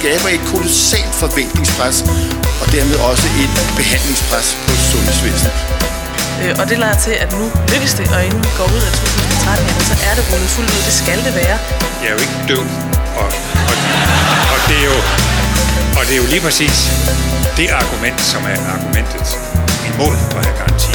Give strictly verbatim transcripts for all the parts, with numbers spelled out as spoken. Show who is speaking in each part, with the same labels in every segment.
Speaker 1: skaber et kolossalt forventningspres, og dermed også et behandlingspres på sundhedsvæsenet.
Speaker 2: Øh, og det lader til, at nu lykkes det, og inden vi går ud af to tusind tretten, så er det rullet fuldt ud. Det skal det være.
Speaker 3: Jeg er jo ikke død, og, og, og, det er jo, og det er jo lige præcis det argument, som er argumentet imod at have garanti.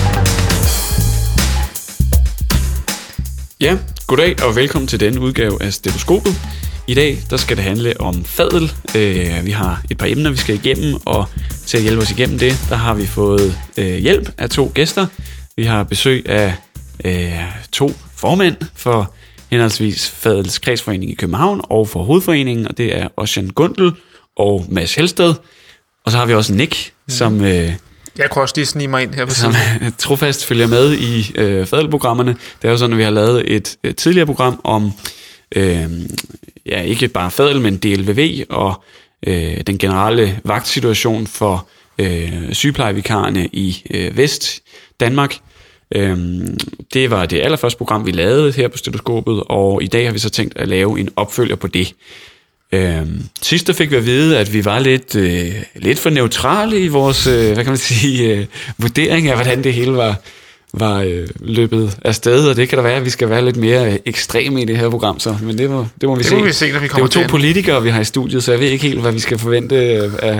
Speaker 4: Ja, goddag og velkommen til denne udgave af Stetoskopet. I dag der skal det handle om fadel. Øh, vi har et par emner, vi skal igennem, og til at hjælpe os igennem det, der har vi fået øh, hjælp af to gæster. Vi har besøg af øh, to formænd for henholdsvis Fadels Kredsforening i København og for Hovedforeningen, og det er Ossian Gundel og Mads Helsted. Og så har vi også Nick, mm. som... Øh,
Speaker 5: Jeg kunne også lige snige mig ind her på
Speaker 4: som trofast følger med i øh, fadelprogrammerne. Det er jo sådan, at vi har lavet et, et tidligere program om, øh, ja, ikke bare fadel, men D L V V og øh, den generelle vagtsituation for øh, sygeplejevikarerne i øh, Vest Danmark. Øh, det var det allerførste program, vi lavede her på Stetoskopet, og i dag har vi så tænkt at lave en opfølger på det. Øhm, sidst der fik vi at vide, at vi var lidt, øh, lidt for neutrale i vores øh, hvad kan man sige, øh, vurdering af, hvordan det hele var, var øh, løbet af sted, og det kan da være, at vi skal være lidt mere øh, ekstreme i det her program, så, men det må, det må vi
Speaker 5: det
Speaker 4: se.
Speaker 5: Må vi se, når vi
Speaker 4: det er jo to
Speaker 5: til
Speaker 4: politikere, vi har i studiet, så jeg ved ikke helt, hvad vi skal forvente øh, af,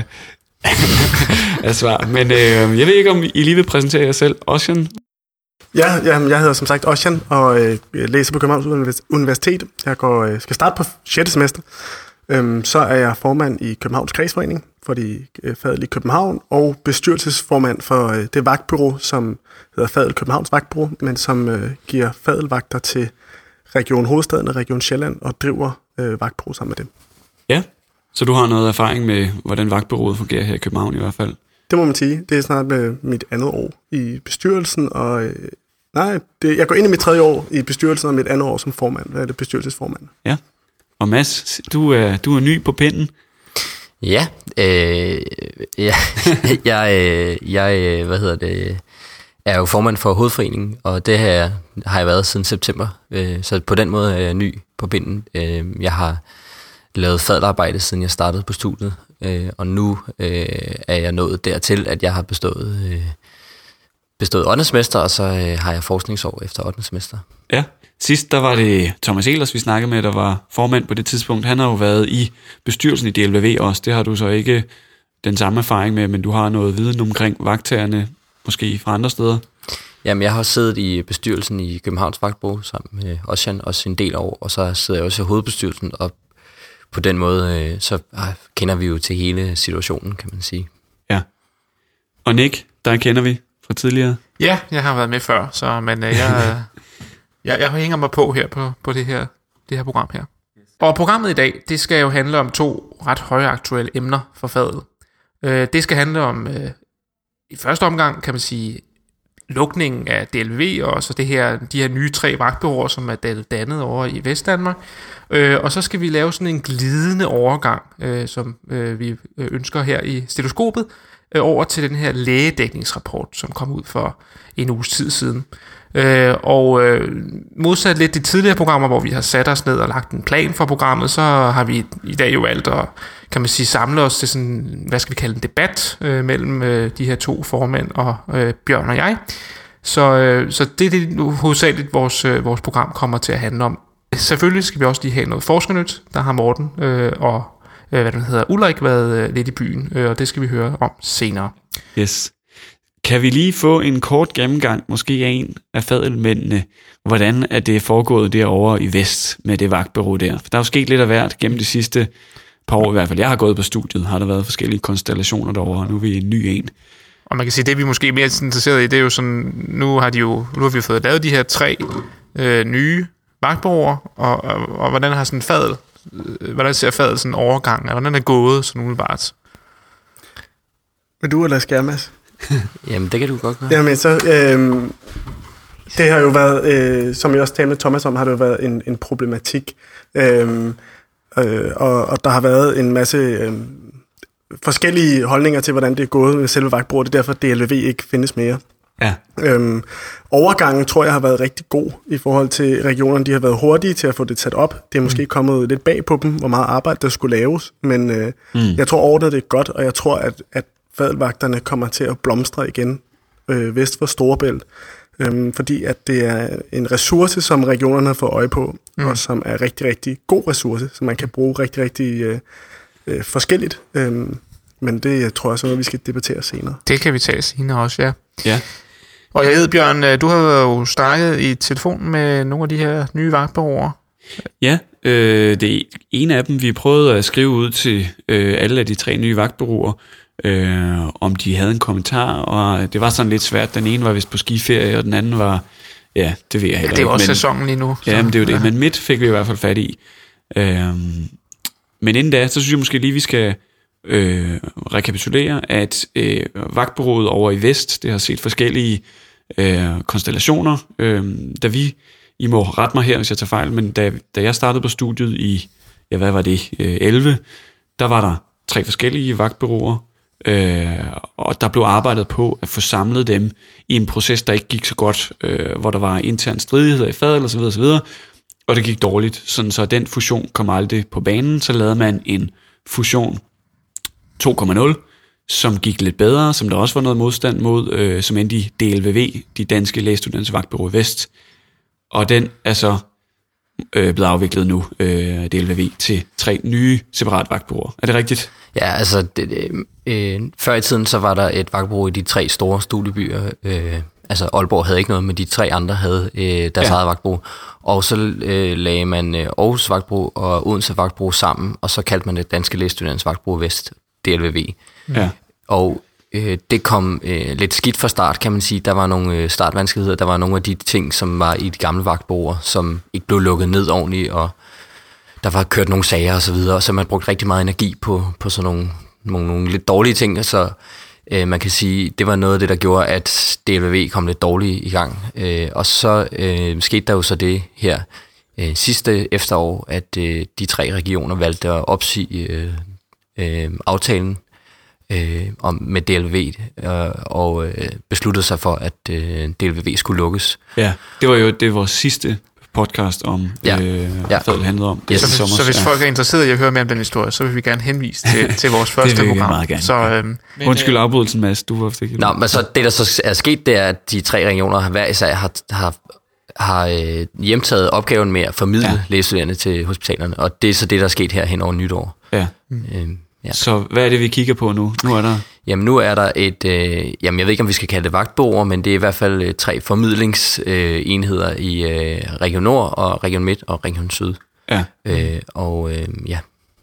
Speaker 4: af svar, men øh, jeg ved ikke, om I lige vil præsentere jer selv. Ossian?
Speaker 6: Ja, jeg, jeg hedder som sagt Ossian, og øh, læser på Københavns Universitet. Jeg går, øh, skal starte på sjette semester. Øhm, så er jeg formand i Københavns Kredsforening for de øh, Fadel i København, og bestyrelsesformand for øh, det vagtbureau, som hedder Fadel Københavns Vagtbureau, men som øh, giver fadelvagter til Region Hovedstaden og Region Sjælland og driver øh, vagtbureau sammen med dem.
Speaker 4: Ja, så du har noget erfaring med, hvordan vagtbureauet fungerer her i København i hvert fald?
Speaker 6: Det må man sige. Det er snart med mit andet år i bestyrelsen, og øh, nej, det, jeg går ind i mit tredje år i bestyrelsen, og mit andet år som formand. Hvad er det, bestyrelsesformand?
Speaker 4: Ja. Og Mads, du er, du er ny på pinden.
Speaker 7: Ja, øh, ja jeg, øh, jeg, hvad hedder det, er jo formand for Hovedforeningen, og det her har jeg været siden september, øh, så på den måde er jeg ny på pinden. Øh, jeg har lavet fadelarbejde, siden jeg startede på studiet, øh, og nu øh, er jeg nået dertil, at jeg har bestået, øh, bestået ottende semester, og så øh, har jeg forskningsår efter ottende semester.
Speaker 4: Ja. Sidst der var det Thomas Ehlers, vi snakkede med, der var formand på det tidspunkt. Han har jo været i bestyrelsen i D L V V også. Det har du så ikke den samme erfaring med, men du har noget viden omkring vagttagerne, måske fra andre steder.
Speaker 7: Jamen, jeg har også siddet i bestyrelsen i Københavns Vagtbureau sammen med Ossian også en del år, og så sidder jeg også i hovedbestyrelsen, og på den måde, så kender vi jo til hele situationen, kan man sige.
Speaker 4: Ja. Og Nick, der kender vi fra tidligere.
Speaker 5: Ja, jeg har været med før, så men øh, jeg... Jeg, jeg hænger mig på her på, på det her det her program her. Og programmet i dag, det skal jo handle om to ret højaktuelle emner for fadet. Øh, det skal handle om, øh, i første omgang kan man sige, lukningen af D L V V, og så det her, de her nye tre vagtbureauer, som er dannet over i Vestdanmark. Øh, og så skal vi lave sådan en glidende overgang, øh, som øh, vi ønsker her i Stetoskopet, øh, over til den her lægedækningsrapport, som kom ud for en uges tid siden. Øh, og øh, modsat lidt de tidligere programmer, hvor vi har sat os ned og lagt en plan for programmet, så har vi i dag jo valgt at, kan man sige, samle os til sådan, hvad skal vi kalde en debat øh, mellem øh, de her to formænd og øh, Bjørn og jeg. Så, øh, så det er det hovedsageligt vores, øh, vores program kommer til at handle om. Selvfølgelig skal vi også lige have noget forskernyt. Der har Morten øh, og øh, hvad den hedder, Ulrik været øh, lidt i byen, øh, og det skal vi høre om senere.
Speaker 4: Yes. Kan vi lige få en kort gennemgang, måske af en af fadelmændene, hvordan er det foregået derovre i Vest med det vagtbureau der? For der er jo sket lidt af hvert gennem de sidste par år i hvert fald. Jeg har gået på studiet, har der været forskellige konstellationer derovre, og nu er vi en ny en.
Speaker 5: Og man kan sige, det vi måske er mere interesseret i, det er jo sådan, nu har, de jo, nu har vi fået lavet de her tre øh, nye vagtbureauer, og, og, og hvordan har sådan fadel, øh, hvordan ser fadel sådan overgang, og hvordan er gået sådan umiddelbart?
Speaker 6: Vil du eller skal jeg, Mads?
Speaker 7: Jamen, det kan du godt gøre.
Speaker 6: Jamen, så, øh, det har jo været, øh, som jeg også talte med Thomas om, har det jo været en, en problematik. Øh, øh, og, og der har været en masse øh, forskellige holdninger til, hvordan det er gået med selve vagtbureauet. Det er derfor, at D L V V ikke findes mere.
Speaker 4: Ja.
Speaker 6: Øhm, overgangen tror jeg har været rigtig god i forhold til regionerne. De har været hurtige til at få det sat op. Det er måske mm. kommet lidt bag på dem, hvor meget arbejde der skulle laves, men øh, mm. jeg tror ordnet det er godt, og jeg tror, at, at fadelvagterne kommer til at blomstre igen øh, vest for Storebælt, øhm, fordi at det er en ressource, som regionerne har fået øje på, mm. og som er rigtig, rigtig god ressource, som man kan bruge rigtig, rigtig øh, øh, forskelligt. Øhm, men det tror jeg så noget, vi skal debattere senere.
Speaker 5: Det kan vi tage senere også, ja.
Speaker 4: Ja.
Speaker 5: Og jeg ved, Bjørn, du har jo snakket i telefonen med nogle af de her nye vagtbureauer.
Speaker 4: Ja, øh, det er en af dem, vi prøvede at skrive ud til øh, alle af de tre nye vagtbureauer, øh, om de havde en kommentar, og det var sådan lidt svært. Den ene var vist på skiferie, og den anden var, ja, det ved jeg heller ikke.
Speaker 5: Ja, det er jo også
Speaker 4: men,
Speaker 5: sæsonen lige nu.
Speaker 4: Ja, men det er jo det.
Speaker 5: Ja.
Speaker 4: Men midt fik vi i hvert fald fat i. Øh, men inden da, så synes jeg måske lige, vi skal øh, rekapitulere, at øh, vagtbureauet over i vest, det har set forskellige øh, konstellationer. Øh, da vi, I må rette mig her, hvis jeg tager fejl, men da, da jeg startede på studiet i, ja, hvad var det, øh, elleve, der var der tre forskellige vagtbureauer, øh, og der blev arbejdet på at få samlet dem i en proces, der ikke gik så godt, øh, hvor der var intern stridigheder i fadel og så videre, og så videre, og det gik dårligt, sådan så den fusion kom aldrig på banen. Så lavede man en fusion to punkt nul, som gik lidt bedre, som der også var noget modstand mod, øh, som endte i D L V V, de danske lægestuderende vagtbureau Vest. Og den er så øh, blevet afviklet nu, øh, D L V V, til tre nye separate vagtbureauer. Er det rigtigt?
Speaker 7: Ja, altså det, øh, før i tiden så var der et vagtbureau i de tre store studiebyer. Øh, altså Aalborg havde ikke noget, men de tre andre havde øh, deres ja. eget vagtbureau. Og så øh, lagde man øh, Aarhus Vagtbureau og Odense Vagtbureau sammen, og så kaldte man det Danske Lægestuderendes Vagtbureau Vest, D L V V.
Speaker 4: Ja.
Speaker 7: Og øh, det kom øh, lidt skidt fra start, kan man sige. Der var nogle øh, startvanskeligheder, der var nogle af de ting, som var i de gamle vagtbureauer, som ikke blev lukket ned ordentligt, og der var kørt nogle sager og så videre, så man brugte rigtig meget energi på, på sådan nogle, nogle, nogle lidt dårlige ting, så øh, man kan sige, det var noget af det, der gjorde, at D L V V kom lidt dårligt i gang. Øh, og så øh, skete der jo så det her øh, sidste efterår, at øh, de tre regioner valgte at opsige øh, øh, aftalen øh, om, med D L V V, øh, og øh, besluttede sig for, at øh, D L V V skulle lukkes.
Speaker 4: Ja, det var jo det var vores sidste podcast om,
Speaker 7: ja.
Speaker 4: øh,
Speaker 7: ja.
Speaker 4: hvad det handlede om.
Speaker 5: Ja, så, så, så hvis
Speaker 4: ja.
Speaker 5: folk er interesseret i at høre mere om den historie, så vil vi gerne henvise til, til vores første
Speaker 4: det
Speaker 5: program.
Speaker 4: Meget gerne.
Speaker 5: Så, øhm,
Speaker 4: Undskyld afbrydelsen, Mads. Du var ikke.
Speaker 7: Nå, men så det, der så er sket, det er, at de tre regioner hver især har, har, har øh, hjemtaget opgaven med at formidle ja. lægestuderende til hospitalerne, og det er så det, der er sket her hen over nytår. Ja.
Speaker 4: Øhm, ja. Så hvad er det, vi kigger på nu? Nu er der...
Speaker 7: Jamen nu er der et, øh, jamen jeg ved ikke, om vi skal kalde det vagtbureauer, men det er i hvert fald øh, tre formidlingsenheder øh, i øh, Region Nord og Region Midt og Region Syd.
Speaker 4: Ja.
Speaker 7: Øh, og øh, ja.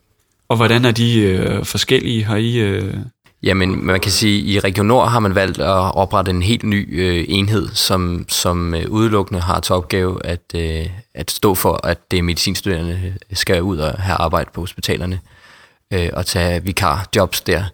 Speaker 4: Og hvordan er de øh, forskellige? Har I... Øh...
Speaker 7: Jamen man kan sige, at i Region Nord har man valgt at oprette en helt ny øh, enhed, som, som øh, udelukkende har til opgave at, øh, at stå for, at det medicinstuderende skal ud og have arbejde på hospitalerne øh, og tage vikarjobs der.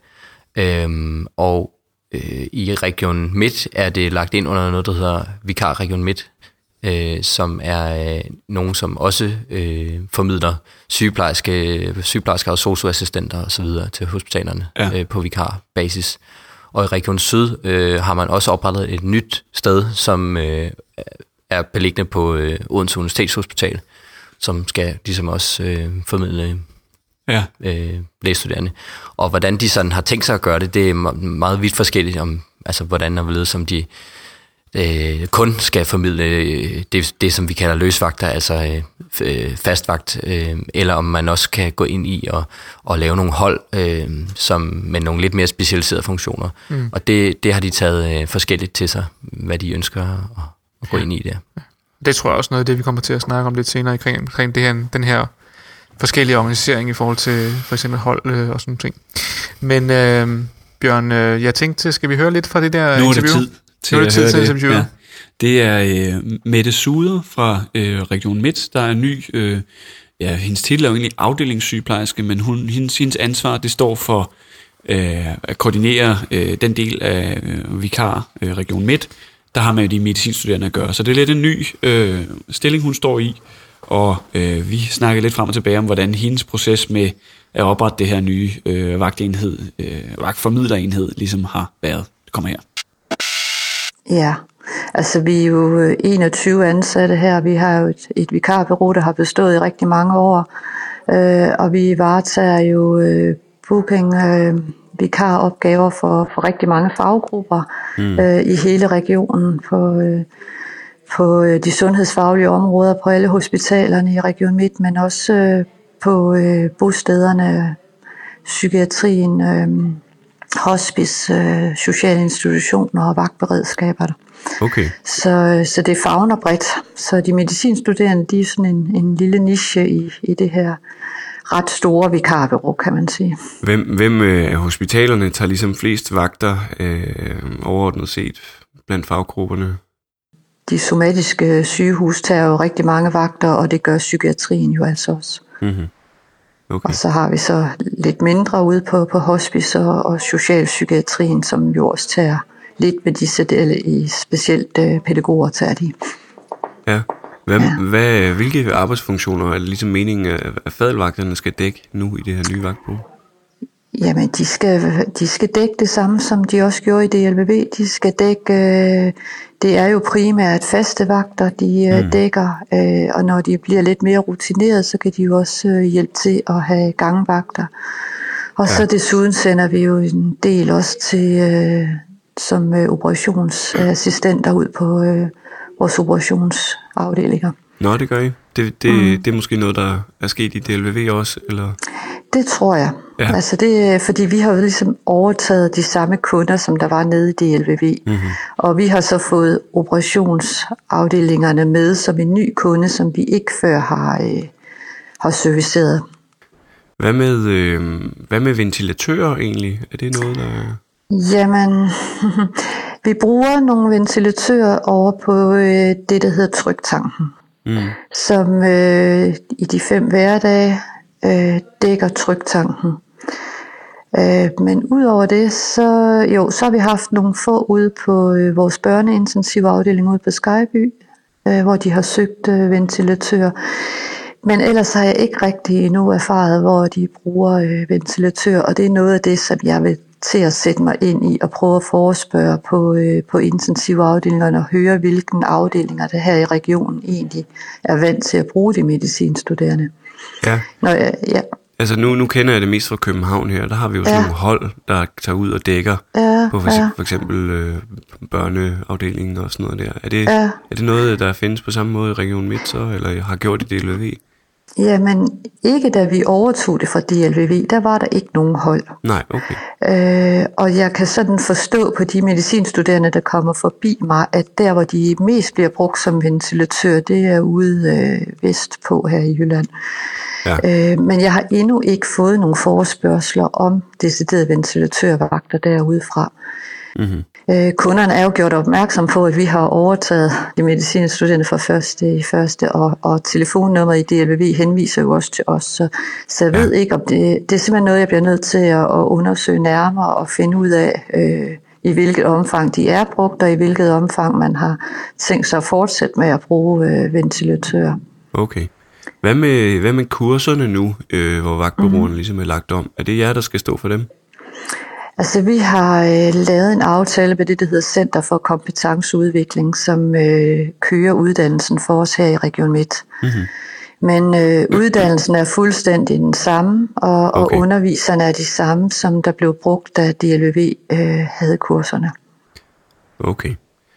Speaker 7: Øhm, og øh, i Region Midt er det lagt ind under noget, der hedder Vikar Region Midt, øh, som er øh, nogen, som også øh, formidler sygeplejerske, sygeplejersker og sosu-assistenter og så videre til hospitalerne ja. øh, på vikarbasis. Og i Region Syd øh, har man også oprettet et nyt sted, som øh, er beliggende på øh, Odense Universitetshospital, som skal ligesom også øh, formidle ja. øh, lægestuderende. Og hvordan de sådan har tænkt sig at gøre det, det er meget vidt forskelligt om, altså hvordan og hvorledes som de øh, kun skal formidle øh, det, det, som vi kalder løsvagter, altså øh, fastvagt, øh, eller om man også kan gå ind i og, og lave nogle hold øh, som, med nogle lidt mere specialiserede funktioner. Mm. Og det, det har de taget øh, forskelligt til sig, hvad de ønsker at, at gå ind i der.
Speaker 5: Det tror jeg også noget af det, vi kommer til at snakke om lidt senere omkring, omkring det her, den her forskellige organisering i forhold til for eksempel hold øh, og sådan ting. Men øh, Bjørn, øh, jeg tænkte, skal vi høre lidt fra det der
Speaker 4: nu
Speaker 5: interview?
Speaker 4: Nu er det tid til
Speaker 5: nu er det
Speaker 4: at
Speaker 5: tid
Speaker 4: høre
Speaker 5: til
Speaker 4: det.
Speaker 5: interview. Ja.
Speaker 4: Det er øh, Mette Suder fra øh, Region Midt, der er ny. Øh, ja, hendes titel er jo egentlig afdelingssygeplejerske, men hun, hendes, hendes ansvar, det står for øh, at koordinere øh, den del af øh, vikar øh, Region Midt. Der har man jo de medicinstuderende at gøre. Så det er lidt en ny øh, stilling, hun står i. Og øh, vi snakker lidt frem og tilbage om, hvordan hendes proces med at oprette det her nye øh, vagtenhed, øh, vagtformidlerenhed, ligesom har været. Det kommer her.
Speaker 8: Ja, altså vi er jo enogtyve ansatte her. Vi har jo et, et vikarbureau, der har bestået i rigtig mange år. Øh, og vi varetager jo øh, booking, øh, vikaropgaver for, for rigtig mange faggrupper mm. øh, i hele regionen. På, øh, på øh, de sundhedsfaglige områder, på alle hospitalerne i Region Midt, men også øh, på øh, bostederne, psykiatrien, øh, hospice, øh, sociale institutioner og vagtberedskaber.
Speaker 9: Okay.
Speaker 8: Så, så det favner bredt. Så de medicinstuderende, de er sådan en, en lille niche i, i det her ret store vikarbureau, kan man sige.
Speaker 9: Hvem, hvem af hospitalerne tager ligesom flest vagter øh, overordnet set blandt faggrupperne?
Speaker 8: De somatiske sygehus tager jo rigtig mange vagter, og det gør psykiatrien jo altså også.
Speaker 9: Mm-hmm. Okay.
Speaker 8: Og så har vi så lidt mindre ude på, på hospice og, og socialpsykiatrien, som jo også tager lidt med disse dele i specielt øh, pædagoger tager de.
Speaker 9: Ja. Hvad,
Speaker 8: ja.
Speaker 9: hvad, hvilke arbejdsfunktioner er det ligesom meningen, at fadelvagterne skal dække nu i det her nye vagtbureau?
Speaker 8: Jamen, de skal, de skal dække det samme, som de også gjorde i D L V V. De skal dække, øh, det er jo primært faste vagter, de øh, mm. dækker, øh, og når de bliver lidt mere rutineret, så kan de jo også øh, hjælpe til at have gangvagter. Og ja. Så desuden sender vi jo en del også til øh, som øh, operationsassistenter ud på øh, vores operationsafdelinger.
Speaker 9: Nå, det gør I. Det, det, mm. det er måske noget, der er sket i D L V V også, eller?
Speaker 8: Det tror jeg. Ja. Altså det, fordi vi har jo ligesom overtaget de samme kunder, som der var nede i D L V V. Mm-hmm. Og vi har så fået operationsafdelingerne med som en ny kunde, som vi ikke før har, øh, har serviceret.
Speaker 9: Hvad med, øh, hvad med ventilatører egentlig? Er det noget, der...
Speaker 8: Jamen, vi bruger nogle ventilatører over på øh, det, der hedder tryktanken. Mm. Som øh, i de fem hverdage øh, dækker tryktanken. Øh, men udover det, så, jo, så har vi haft nogle få ude på øh, vores børneintensivafdeling ude på Skyby, øh, hvor de har søgt øh, ventilatører. Men ellers har jeg ikke rigtig endnu erfaret, hvor de bruger øh, ventilatører, og det er noget af det, som jeg vil til at sætte mig ind i og prøve at forespørge på, øh, på intensivafdelingerne og høre, hvilken afdelinger der her i regionen egentlig er vant til at bruge de medicinstuderende.
Speaker 9: Ja.
Speaker 8: Nå, ja, ja.
Speaker 9: Altså nu, nu kender jeg det mest fra København her. Der har vi jo sådan ja. nogle hold, der tager ud og dækker
Speaker 8: ja,
Speaker 9: på for,
Speaker 8: ja.
Speaker 9: for eksempel øh, børneafdelingen og sådan noget der. Er det,
Speaker 8: ja.
Speaker 9: er det noget, der findes på samme måde i Region Midt så, eller har gjort i D L V V?
Speaker 8: Jamen, ikke da vi overtog det fra D L V V, der var der ikke nogen hold.
Speaker 9: Nej, okay.
Speaker 8: Øh, og jeg kan sådan forstå på de medicinstuderende, der kommer forbi mig, at der, hvor de mest bliver brugt som ventilatør, det er ude øh, vestpå her i Jylland. Ja. Øh, men jeg har endnu ikke fået nogle forespørgsler om deciderede ventilatørvagter derude fra. Mm-hmm. Øh, kunderne er jo gjort opmærksom på, at vi har overtaget de medicinstuderende fra første i første, og, og telefonnummeret i D L V V henviser jo også til os. Så, så jeg ved ja. ikke, om det, det er simpelthen noget, jeg bliver nødt til at, at undersøge nærmere og finde ud af, øh, i hvilket omfang de er brugt, og i hvilket omfang man har tænkt sig at fortsætte med at bruge øh, ventilatører.
Speaker 9: Okay. Hvad med, hvad med kurserne nu, øh, hvor vagtbureauerne mm-hmm. ligesom er lagt om? Er det jer, der skal stå for dem?
Speaker 8: Altså vi har øh, lavet en aftale med det, der hedder Center for Kompetenceudvikling, som øh, kører uddannelsen for os her i Region Midt. Mm-hmm. Men øh, uddannelsen er fuldstændig den samme, og, okay. og underviserne er de samme, som der blev brugt, da D L V V øh, havde kurserne.
Speaker 9: Okay.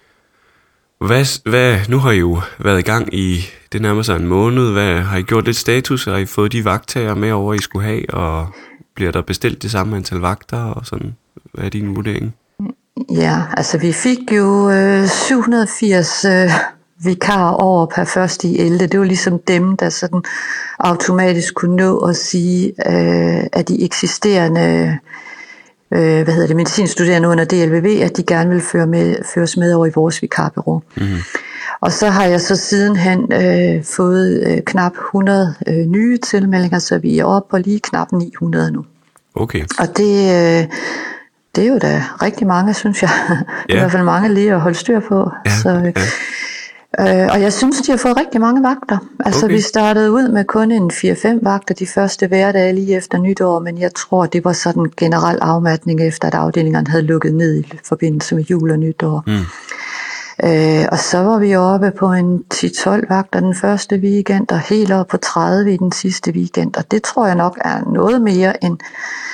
Speaker 9: Hvad, hvad, nu har I jo været i gang i, det nærmer sig en måned. Hvad, har I gjort lidt status? Har I fået de vagttager med over, I skulle have, og bliver der bestilt det samme antal vagter og sådan? Hvad er din vurdering?
Speaker 8: Ja, altså vi fik jo øh, syv hundrede og firs øh, vikarer over per første i ellevte. Det var ligesom dem, der sådan automatisk kunne nå at sige, øh, at de eksisterende øh, hvad hedder det, medicinstuderende under D L V V, at de gerne vil føre med, føres med over i vores vikarbureau. Mm-hmm. Og så har jeg så sidenhen øh, fået øh, knap hundrede øh, nye tilmeldinger, så vi er oppe på lige knap ni hundrede nu.
Speaker 9: Okay.
Speaker 8: Og det, øh, det er jo da rigtig mange, synes jeg. Det er ja. i hvert fald mange lige at holde styr på.
Speaker 9: Ja,
Speaker 8: så, øh, ja. øh, og jeg synes, de har fået rigtig mange vagter. Altså okay. Vi startede ud med kun en fire fem vagter de første hverdage lige efter nytår, men jeg tror, det var sådan en generel afmatning efter, at afdelingerne havde lukket ned i forbindelse med jul og nytår. Mm. Øh, og så var vi oppe på en ti tolv vagter den første weekend, og helt op på tredive i den sidste weekend. Og det tror jeg nok er noget mere, end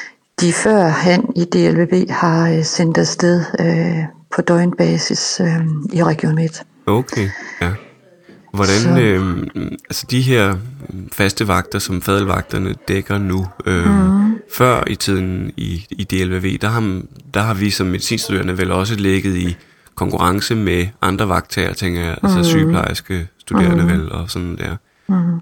Speaker 8: de førhen i D L V B har øh, sendt afsted øh, på døgnbasis øh, i Region Midt.
Speaker 9: Okay, ja. Hvordan, øh, altså de her faste vagter, som fadelvagterne dækker nu, øh, mm. før i tiden i, i D L V V, der har, der har vi som medicinstuderende vel også ligget i konkurrence med andre vagttager, tænker jeg, mm. altså sygeplejerske studerende mm. vel, og sådan der. Mm.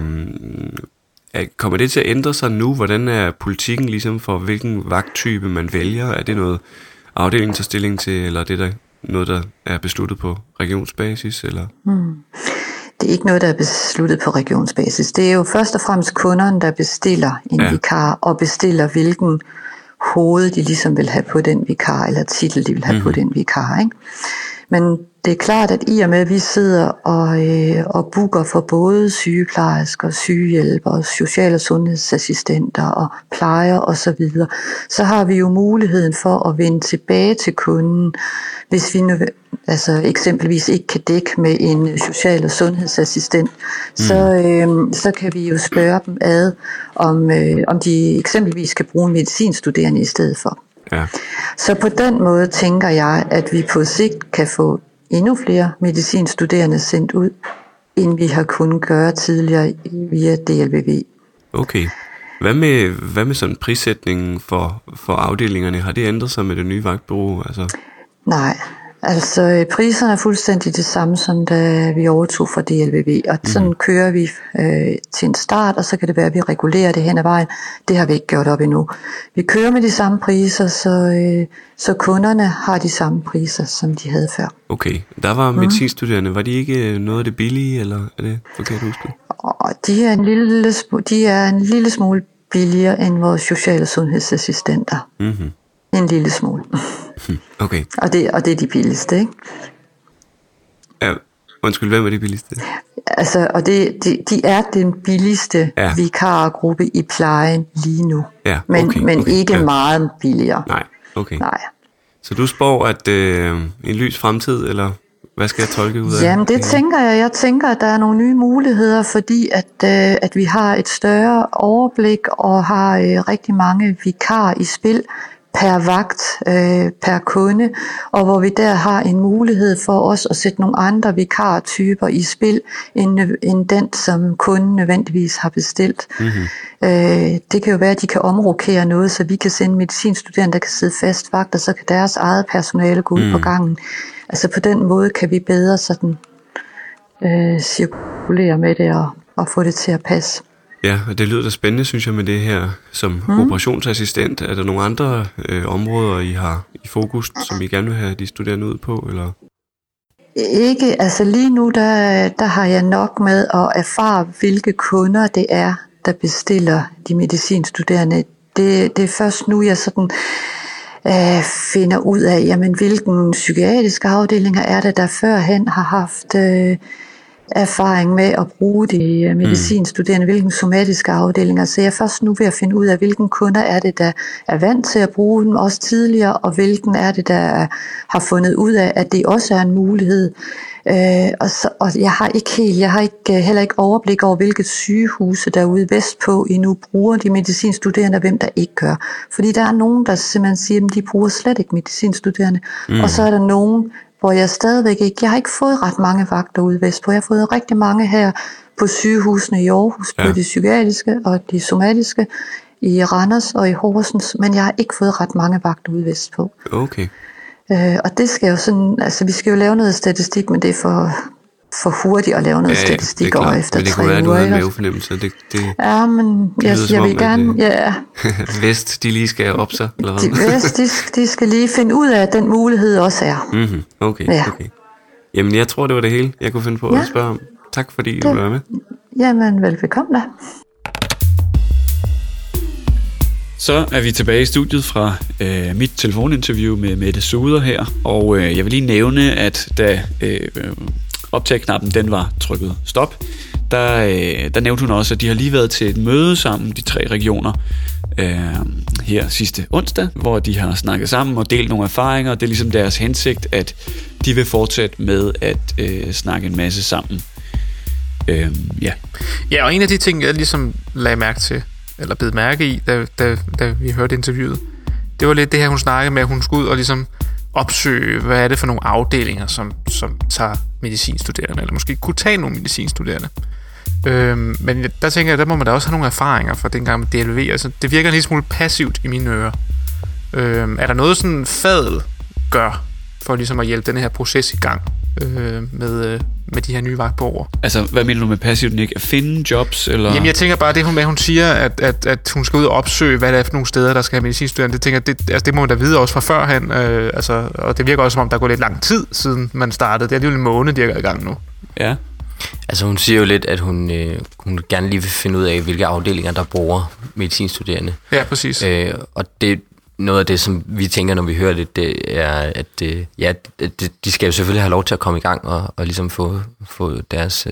Speaker 9: Øhm, kommer det til at ændre sig nu? Hvordan er politikken ligesom for, hvilken vagttype man vælger? Er det noget afdelingen tager stilling til, eller er det der noget, der er besluttet på regionsbasis? Eller?
Speaker 8: Mm. Det er ikke noget, der er besluttet på regionsbasis. Det er jo først og fremmest kunderne, der bestiller en ja. vikar, og bestiller hvilken hoved de ligesom vil have på den vikar, eller titel de vil have mm-hmm. på den vikar, ikke? Men det er klart, at i og med, at vi sidder og, øh, og booker for både sygeplejersker, sygehjælpere, social- og sundhedsassistenter og plejer osv., så, videre, så har vi jo muligheden for at vende tilbage til kunden, hvis vi nu, altså eksempelvis ikke kan dække med en social- og sundhedsassistent, mm. så, øh, så kan vi jo spørge dem ad, om, øh, om de eksempelvis skal bruge en medicinstuderende i stedet for. Ja. Så på den måde tænker jeg, at vi på sigt kan få endnu flere medicinstuderende sendt ud, end vi har kunnet gøre tidligere via D L V V.
Speaker 9: Okay. Hvad med, hvad med sådan prissætningen for, for afdelingerne? Har det ændret sig med det nye vagtbureau? Altså?
Speaker 8: Nej, altså priserne er fuldstændig det samme, som da vi overtog fra D L V V, og sådan mm. kører vi øh, til en start, og så kan det være, at vi regulerer det hen ad vejen. Det har vi ikke gjort op endnu. Vi kører med de samme priser, så, øh, så kunderne har de samme priser, som de havde før.
Speaker 9: Okay, der var mm. medicinstuderende. Var de ikke noget af det billige, eller er det forkert husket?
Speaker 8: Og de er en lille, de er en lille smule billigere end vores social- og sundhedsassistenter. Mhm. En lille smule.
Speaker 9: Okay.
Speaker 8: Og det, og det er de billigste, ikke?
Speaker 9: Ja, undskyld, hvem er de billigste?
Speaker 8: Altså, og det, de, de er den billigste ja. vikargruppe i plejen lige nu. Ja, okay, men, men okay, ikke ja. meget billigere.
Speaker 9: Nej, okay.
Speaker 8: Nej.
Speaker 9: Så du spår, at øh, en lys fremtid, eller hvad skal jeg tolke ud af?
Speaker 8: Jamen, det tænker jeg. Jeg tænker, at der er nogle nye muligheder, fordi at, øh, at vi har et større overblik og har øh, rigtig mange vikarer i spil per vagt, øh, per kunde, og hvor vi der har en mulighed for os at sætte nogle andre vikartyper i spil, end, end den, som kunden nødvendigvis har bestilt. Mm-hmm. Øh, det kan jo være, at de kan omrokere noget, så vi kan sende medicinstuderende, der kan sidde fast vagt, og så kan deres eget personale gå ud mm. på gangen. Altså på den måde kan vi bedre sådan øh, cirkulere med det og, og få det til at passe.
Speaker 9: Ja, og det lyder da spændende, synes jeg, med det her som mm. operationsassistent. Er der nogle andre øh, områder, I har i fokus, som I gerne vil have de studerende ud på, eller?
Speaker 8: Ikke, altså lige nu, der, der har jeg nok med at erfare, hvilke kunder det er, der bestiller de medicinstuderende. Det, det er først nu, jeg sådan øh, finder ud af, jamen, hvilken psykiatriske afdelinger er det, der førhen har haft øh, erfaring med at bruge de medicinstuderende, hvilken somatiske afdelinger. Så jeg er først nu ved at finde ud af, hvilken kunder er det, der er vant til at bruge dem også tidligere, og hvilken er det, der har fundet ud af, at det også er en mulighed. Øh, og, så, og jeg har ikke helt, jeg har ikke, heller ikke overblik over, hvilket sygehuse derude vestpå endnu bruger de medicinstuderende, og hvem der ikke gør. Fordi der er nogen, der simpelthen siger, at de bruger slet ikke medicinstuderende, mm. og så er der nogen, hvor jeg stadigvæk ikke, jeg har ikke fået ret mange vagter ude vestpå. Jeg har fået rigtig mange her på sygehusene i Aarhus, ja. På de psykiatriske og de somatiske, i Randers og i Horsens, men jeg har ikke fået ret mange vagter ude vestpå. Okay. Øh, og det skal jo sådan, altså vi skal jo lave noget statistik, men det er for, for hurtigt at lave noget ja, statistik over efter tre uger. Men det kunne være, at du havde en mavefornemmelse. Det, det, ja, men det jeg, jeg vil gerne,
Speaker 9: at,
Speaker 8: ja.
Speaker 9: Vest, de lige skal op sig, eller hvad?
Speaker 8: De, Vest, de, de skal lige finde ud af, at den mulighed også er.
Speaker 9: Mm-hmm. Okay, ja. okay. Jamen, jeg tror, det var det hele, jeg kunne finde på ja. at spørge om. Tak fordi det, du var med.
Speaker 8: Jamen, velbekomme da.
Speaker 4: Så er vi tilbage i studiet fra øh, mit telefoninterview med Mette Suder her, og øh, jeg vil lige nævne, at da øh, optagknappen den var trykket stop, der, øh, der nævnte hun også, at de har lige været til et møde sammen, de tre regioner, øh, her sidste onsdag, hvor de har snakket sammen og delt nogle erfaringer, og det er ligesom deres hensigt, at de vil fortsætte med at øh, snakke en masse sammen. Øh, ja.
Speaker 5: Ja, og en af de ting, jeg ligesom lagde mærke til, eller bed mærke i, da, da, da vi hørte interviewet, det var lidt det her, hun snakkede med, at hun skulle ud og ligesom opsøge, hvad er det for nogle afdelinger, som, som tager medicinstuderende, eller måske kunne tage nogle medicinstuderende. Øhm, men der tænker jeg, der må man da også have nogle erfaringer fra dengang med D L V. Altså, det virker en lille smule passivt i mine ører. Øhm, er der noget sådan fadel gør for ligesom at hjælpe den her proces i gang øh, med, øh, med de her nye vagtborgere?
Speaker 4: Altså, hvad mener du med passivt, Nick? At finde jobs, eller?
Speaker 5: Jamen, jeg tænker bare, det hun med, hun siger, at, at, at hun skal ud og opsøge, hvad der er for nogle steder, der skal have medicinstuderende. Det tænker jeg, det, altså, det må man da vide også fra førhen. Øh, altså, og det virker også, som om der går lidt lang tid, siden man startede. Det er alligevel en måned, de er i gang nu.
Speaker 4: Ja.
Speaker 7: Altså hun siger jo lidt, at hun, øh, hun gerne lige vil finde ud af, hvilke afdelinger, der bruger medicinstuderende.
Speaker 5: Ja, præcis.
Speaker 7: Øh, og det noget af det, som vi tænker, når vi hører det, det er, at øh, ja, det, de skal jo selvfølgelig have lov til at komme i gang og, og ligesom få, få deres,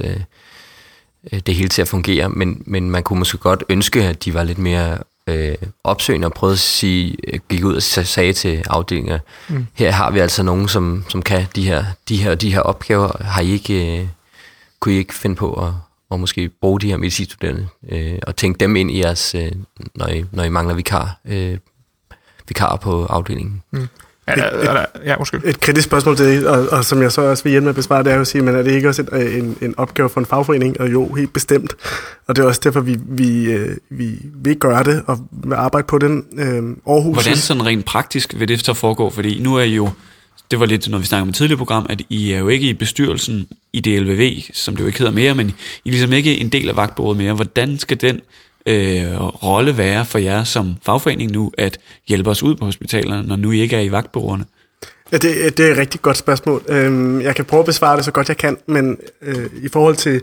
Speaker 7: øh, det hele til at fungere. Men, men man kunne måske godt ønske, at de var lidt mere øh, opsøgende og prøvede at sige, gik ud og sagde til afdelinger, mm. her har vi altså nogen, som, som kan de her, de her, de her opgaver. Har I ikke... Øh, kunne I ikke finde på at, at måske bruge de her medicinstuderende øh, og tænke dem ind i jeres, øh, når, I, når I mangler vikar, øh, vikar på afdelingen?
Speaker 5: Mm. Er der, er der, ja, undskyld.
Speaker 6: Et kritisk spørgsmål til det, og, og som jeg så også vil hjælpe med at besvare, det er jo at sige, men er det ikke også en, en, en opgave for en fagforening? Og jo, helt bestemt. Og det er også derfor, vi, vi, vi vil gøre det og vil arbejde på den. Øh, Aarhus.
Speaker 4: Hvordan sådan rent praktisk vil det så foregå? Fordi nu er I jo, det var lidt, når vi snakker om et tidligere program, at I er jo ikke i bestyrelsen i D L V V, som det jo ikke hedder mere, men I er ligesom ikke en del af vagtbureauet mere. Hvordan skal den øh, rolle være for jer som fagforening nu, at hjælpe os ud på hospitalerne, når nu I ikke er i vagtbureauerne?
Speaker 6: Ja, det, det er et rigtig godt spørgsmål. Jeg kan prøve at besvare det så godt jeg kan, men øh, i forhold til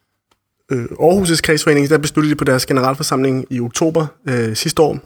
Speaker 6: øh, Aarhus' kredsforening, der besluttede de på deres generalforsamling i oktober øh, sidste år,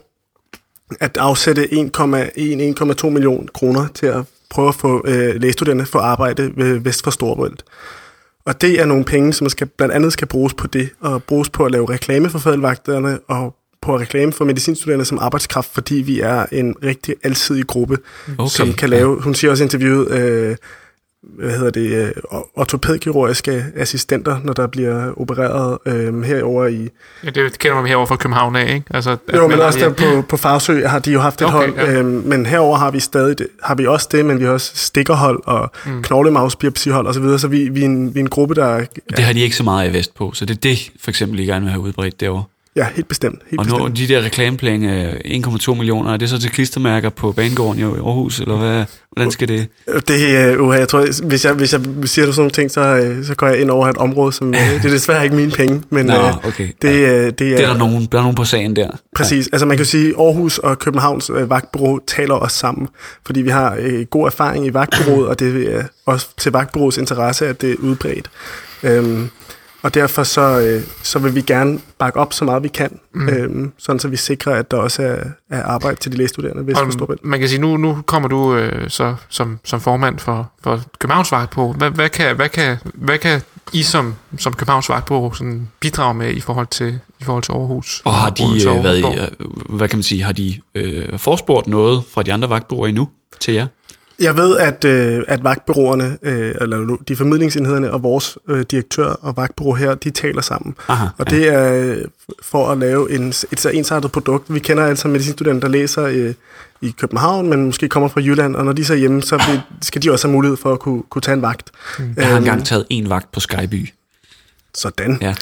Speaker 6: at afsætte en komma en til en komma to millioner kroner til at prøve at få øh, lægestuderende for arbejde ved vest for Storebælt. Og det er nogle penge, som skal, blandt andet skal bruges på det, og bruges på at lave reklame for faddelvagterne, og på at reklame for medicinstuderende som arbejdskraft, fordi vi er en rigtig alsidig gruppe, okay, som kan lave, hun siger også i interviewet, øh, hvad hedder det, ortopædkirurgiske assistenter, når der bliver opereret øh, herover i...
Speaker 5: Ja, det kender man herover fra København af, ikke? Altså,
Speaker 6: jo, men også der på, på Farsø har de jo haft et okay, hold, ja. øh, men herover har vi stadig det, har vi også det, men vi har også stikkerhold og mm. knoglemavsbiopsihold og så videre, så vi, vi, er en, vi er en gruppe, der... Ja.
Speaker 4: Det har de ikke så meget af vest på, så det er det, for eksempel, I gerne vil have udbredt derovre.
Speaker 6: Ja, helt bestemt. Helt
Speaker 4: og nu
Speaker 6: bestemt.
Speaker 4: de der reklamepenge, en komma to millioner, er det så til klistermærker på banegården i Aarhus, eller hvad? Hvordan skal det?
Speaker 6: Det uh, jeg tror, hvis jeg, hvis jeg siger sådan nogle ting, så, så går jeg ind over et område, som det er desværre ikke mine penge. Men,
Speaker 4: Nå, okay.
Speaker 6: det,
Speaker 4: ja.
Speaker 6: det,
Speaker 4: det er der nogen, der er nogen på sagen der.
Speaker 6: Præcis. Ja. Altså man kan sige, at Aarhus og Københavns uh, vagtbureau taler os sammen, fordi vi har uh, god erfaring i vagtbureauet, og det er også til vagtbureauets interesse, at det er udbredt. Um, Og derfor så, øh, så vil vi gerne bakke op så meget vi kan, mm. øhm, sådan så vi sikrer, at der også er, er arbejde til de lægestuderende vest for Storebælt.
Speaker 5: Man kan sige, nu, nu kommer du øh, så som, som formand for, for Københavns Vagtbureau. Hvad, hvad, kan, hvad, kan, hvad kan I som, som Københavns Vagtbureau sådan bidrage med i forhold til, i forhold til Aarhus?
Speaker 4: Og har de, øh, hvad, hvad kan man sige, har de øh, forspurgt noget fra de andre vagtbureauer endnu til jer?
Speaker 6: Jeg ved, at, øh, at vagtbureauerne, øh, eller de formidlingsenhederne og vores øh, direktør og vagtbureau her, de taler sammen. Aha, og ja. Det er for at lave en, et så ensartet produkt. Vi kender altså medicinstuderende, der læser øh, i København, men måske kommer fra Jylland, og når de så er hjemme, så vil, skal de også have mulighed for at kunne, kunne tage en vagt.
Speaker 4: Mm. Jeg har engang taget en vagt på Skyby.
Speaker 6: Sådan.
Speaker 4: Ja.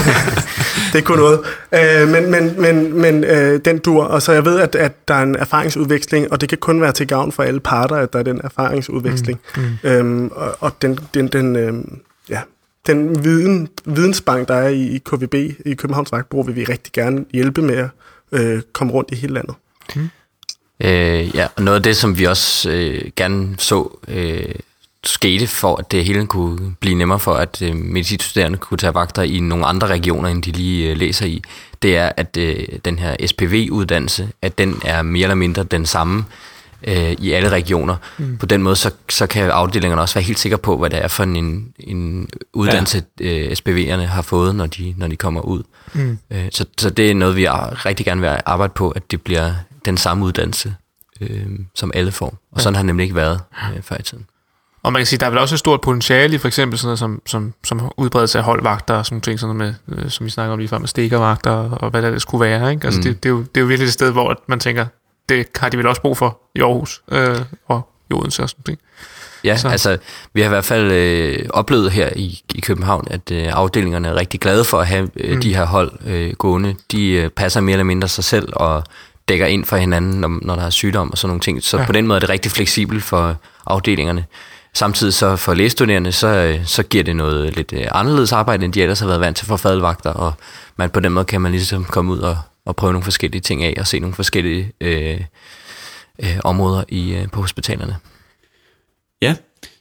Speaker 6: Det kunne noget. Øh, men men, men, men øh, den dur, og så jeg ved, at, at der er en erfaringsudveksling, og det kan kun være til gavn for alle parter, at der er den erfaringsudveksling. Mm. Mm. Øhm, og og den, den, den, øh, ja, den viden, vidensbank, der er i, i K V B, i Københavns Vagtbureau, vil vi rigtig gerne hjælpe med at øh, komme rundt i hele landet.
Speaker 7: Mm. Øh, ja, og noget af det, som vi også øh, gerne så... Øh, skete for, at det hele kunne blive nemmere for, at øh, medicinstuderende kunne tage vagter i nogle andre regioner, end de lige øh, læser i, det er, at øh, den her S P V-uddannelse, at den er mere eller mindre den samme øh, i alle regioner. Mm. På den måde, så, så kan afdelingerne også være helt sikre på, hvad det er for en, en uddannelse, ja. øh, S P V'erne har fået, når de, når de kommer ud. Mm. Øh, så, så det er noget, vi rigtig gerne vil arbejde på, at det bliver den samme uddannelse, øh, som alle får. Og ja. Sådan har det nemlig ikke været øh, før i tiden.
Speaker 5: Og man kan sige, der er vel også et stort potentiale i for eksempel sådan noget som, som, som udbredelse af holdvagter og sådan ting, sådan noget med, øh, som vi snakker om lige før, med stikkervagter og hvad det skulle være. Ikke? Altså mm. det, det, er jo, det er jo virkelig et sted, hvor man tænker, det har de vel også brug for i Aarhus øh, og i Odense og sådan ting.
Speaker 7: Ja, så. altså vi har i hvert fald øh, oplevet her i, i København, at øh, afdelingerne er rigtig glade for at have øh, mm. de her hold øh, gående. De øh, passer mere eller mindre sig selv og dækker ind for hinanden, når, når der er sygdom og sådan nogle ting. Så ja. På den måde er det rigtig fleksibelt for afdelingerne. Samtidig så for lægestuderende, så, så giver det noget lidt anderledes arbejde, end de ellers har været vant til for fadvagter, og man, på den måde kan man ligesom komme ud og, og prøve nogle forskellige ting af, og se nogle forskellige øh, øh, områder i, øh, på hospitalerne.
Speaker 4: Ja,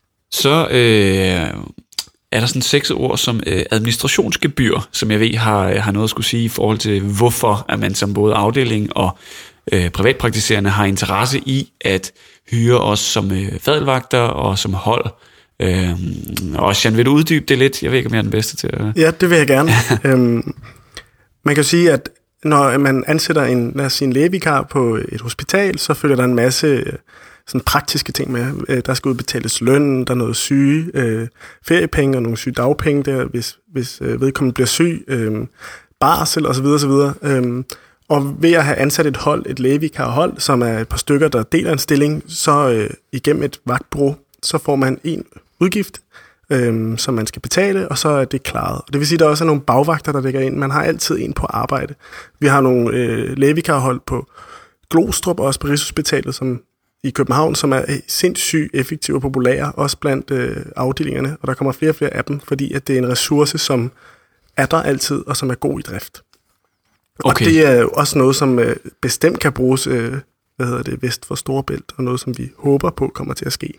Speaker 4: så øh, er der sådan seks ord som øh, administrationsgebyr, som jeg ved har, har noget at skulle sige i forhold til, hvorfor at man som både afdeling og øh, privatpraktiserende har interesse i at hyre os som øh, fadelvagter og som hold. Øh, og Jan, vil du uddybe det lidt? Jeg ved ikke, om jeg er den bedste til at...
Speaker 6: Ja, det vil jeg gerne. øhm, man kan sige, at når man ansætter en, lad os sige, en lægevikar på et hospital, så følger der en masse sådan praktiske ting med. Der skal udbetales løn, der er noget syge, øh, feriepenge og nogle syge dagpenge der, hvis, hvis øh, vedkommende bliver syg, øh, barsel osv. osv. Øh, og ved at have ansat et hold, et lægevikarhold, som er et par stykker, der deler en stilling, så øh, igennem et vagtbureau, så får man en udgift, øh, som man skal betale, og så er det klaret. Det vil sige, at der også er nogle bagvagter, der ligger ind. Man har altid en på arbejde. Vi har nogle øh, lægevikarhold på Glostrup, og også på Rigshospitalet, som i København, som er sindssygt effektive og populære, også blandt øh, afdelingerne, og der kommer flere og flere af dem, fordi at det er en ressource, som er der altid, og som er god i drift. Okay. Og det er jo også noget, som øh, bestemt kan bruges øh, hvad hedder det, vest for Storebælt, og noget, som vi håber på kommer til at ske.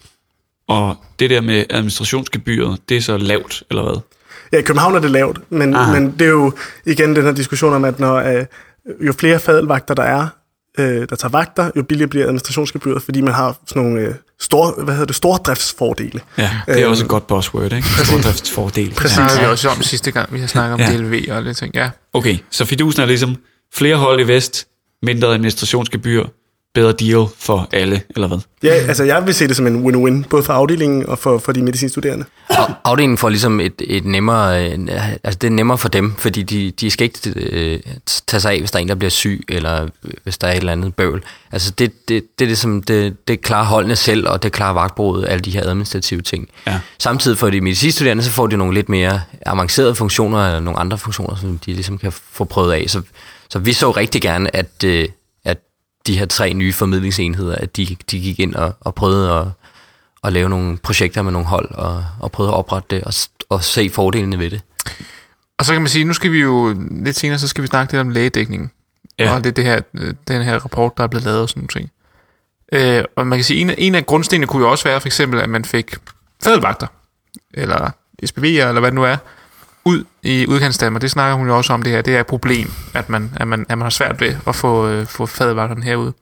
Speaker 6: Og
Speaker 4: det der med administrationsgebyret, det er så lavt, eller hvad?
Speaker 6: Ja, i København er det lavt, men, men det er jo igen den her diskussion om, at når øh, jo flere fadelvagter der er, øh, der tager vagter, jo billigere bliver administrationsgebyret, fordi man har sådan nogle øh, store, hvad hedder det, stordriftsfordele.
Speaker 4: Ja, det er øh, også et godt buzzword, ikke? Stordriftsfordele.
Speaker 5: Præcis. Det har vi også om sidste gang, vi har snakket om ja. D L V og lidt ting. Ja.
Speaker 4: Okay, så fidusen er ligesom flere hold i vest, mindre administrationsgebyr, bedre deal for alle, eller hvad?
Speaker 6: Ja, altså jeg vil se det som en win-win, både for afdelingen og for, for de medicinstuderende.
Speaker 7: Afdelingen får ligesom et, et nemmere, altså det er nemmere for dem, fordi de, de skal ikke øh, tage sig af, hvis der er en, der bliver syg, eller hvis der er et eller andet bøvl. Altså det, det, det er ligesom, det, det klarer holdene selv, og det klarer vagtbureauet, alle de her administrative ting. Ja. Samtidig for de medicinstuderende, så får de nogle lidt mere avancerede funktioner, eller nogle andre funktioner, som de ligesom kan få prøvet af. Så, så vi så rigtig gerne, at øh, de her tre nye formidlingsenheder, at de, de gik ind og, og prøvede at, at lave nogle projekter med nogle hold, og, og prøvede at oprette det, og, og se fordelene ved det.
Speaker 5: Og så kan man sige, nu skal vi jo, lidt senere, så skal vi snakke lidt om lægedækningen. Ja. Og det, det her, den her rapport, der er blevet lavet og sådan nogle ting. Øh, og man kan sige, en, en af grundstenene kunne jo også være for eksempel, at man fik fadelvagter, eller S P V'er, eller hvad det nu er, ud i udkantsdanmark. Det snakker hun jo også om, det her. Det er et problem, at man, at man, at man har svært ved at få, øh, få fadelvagterne herude.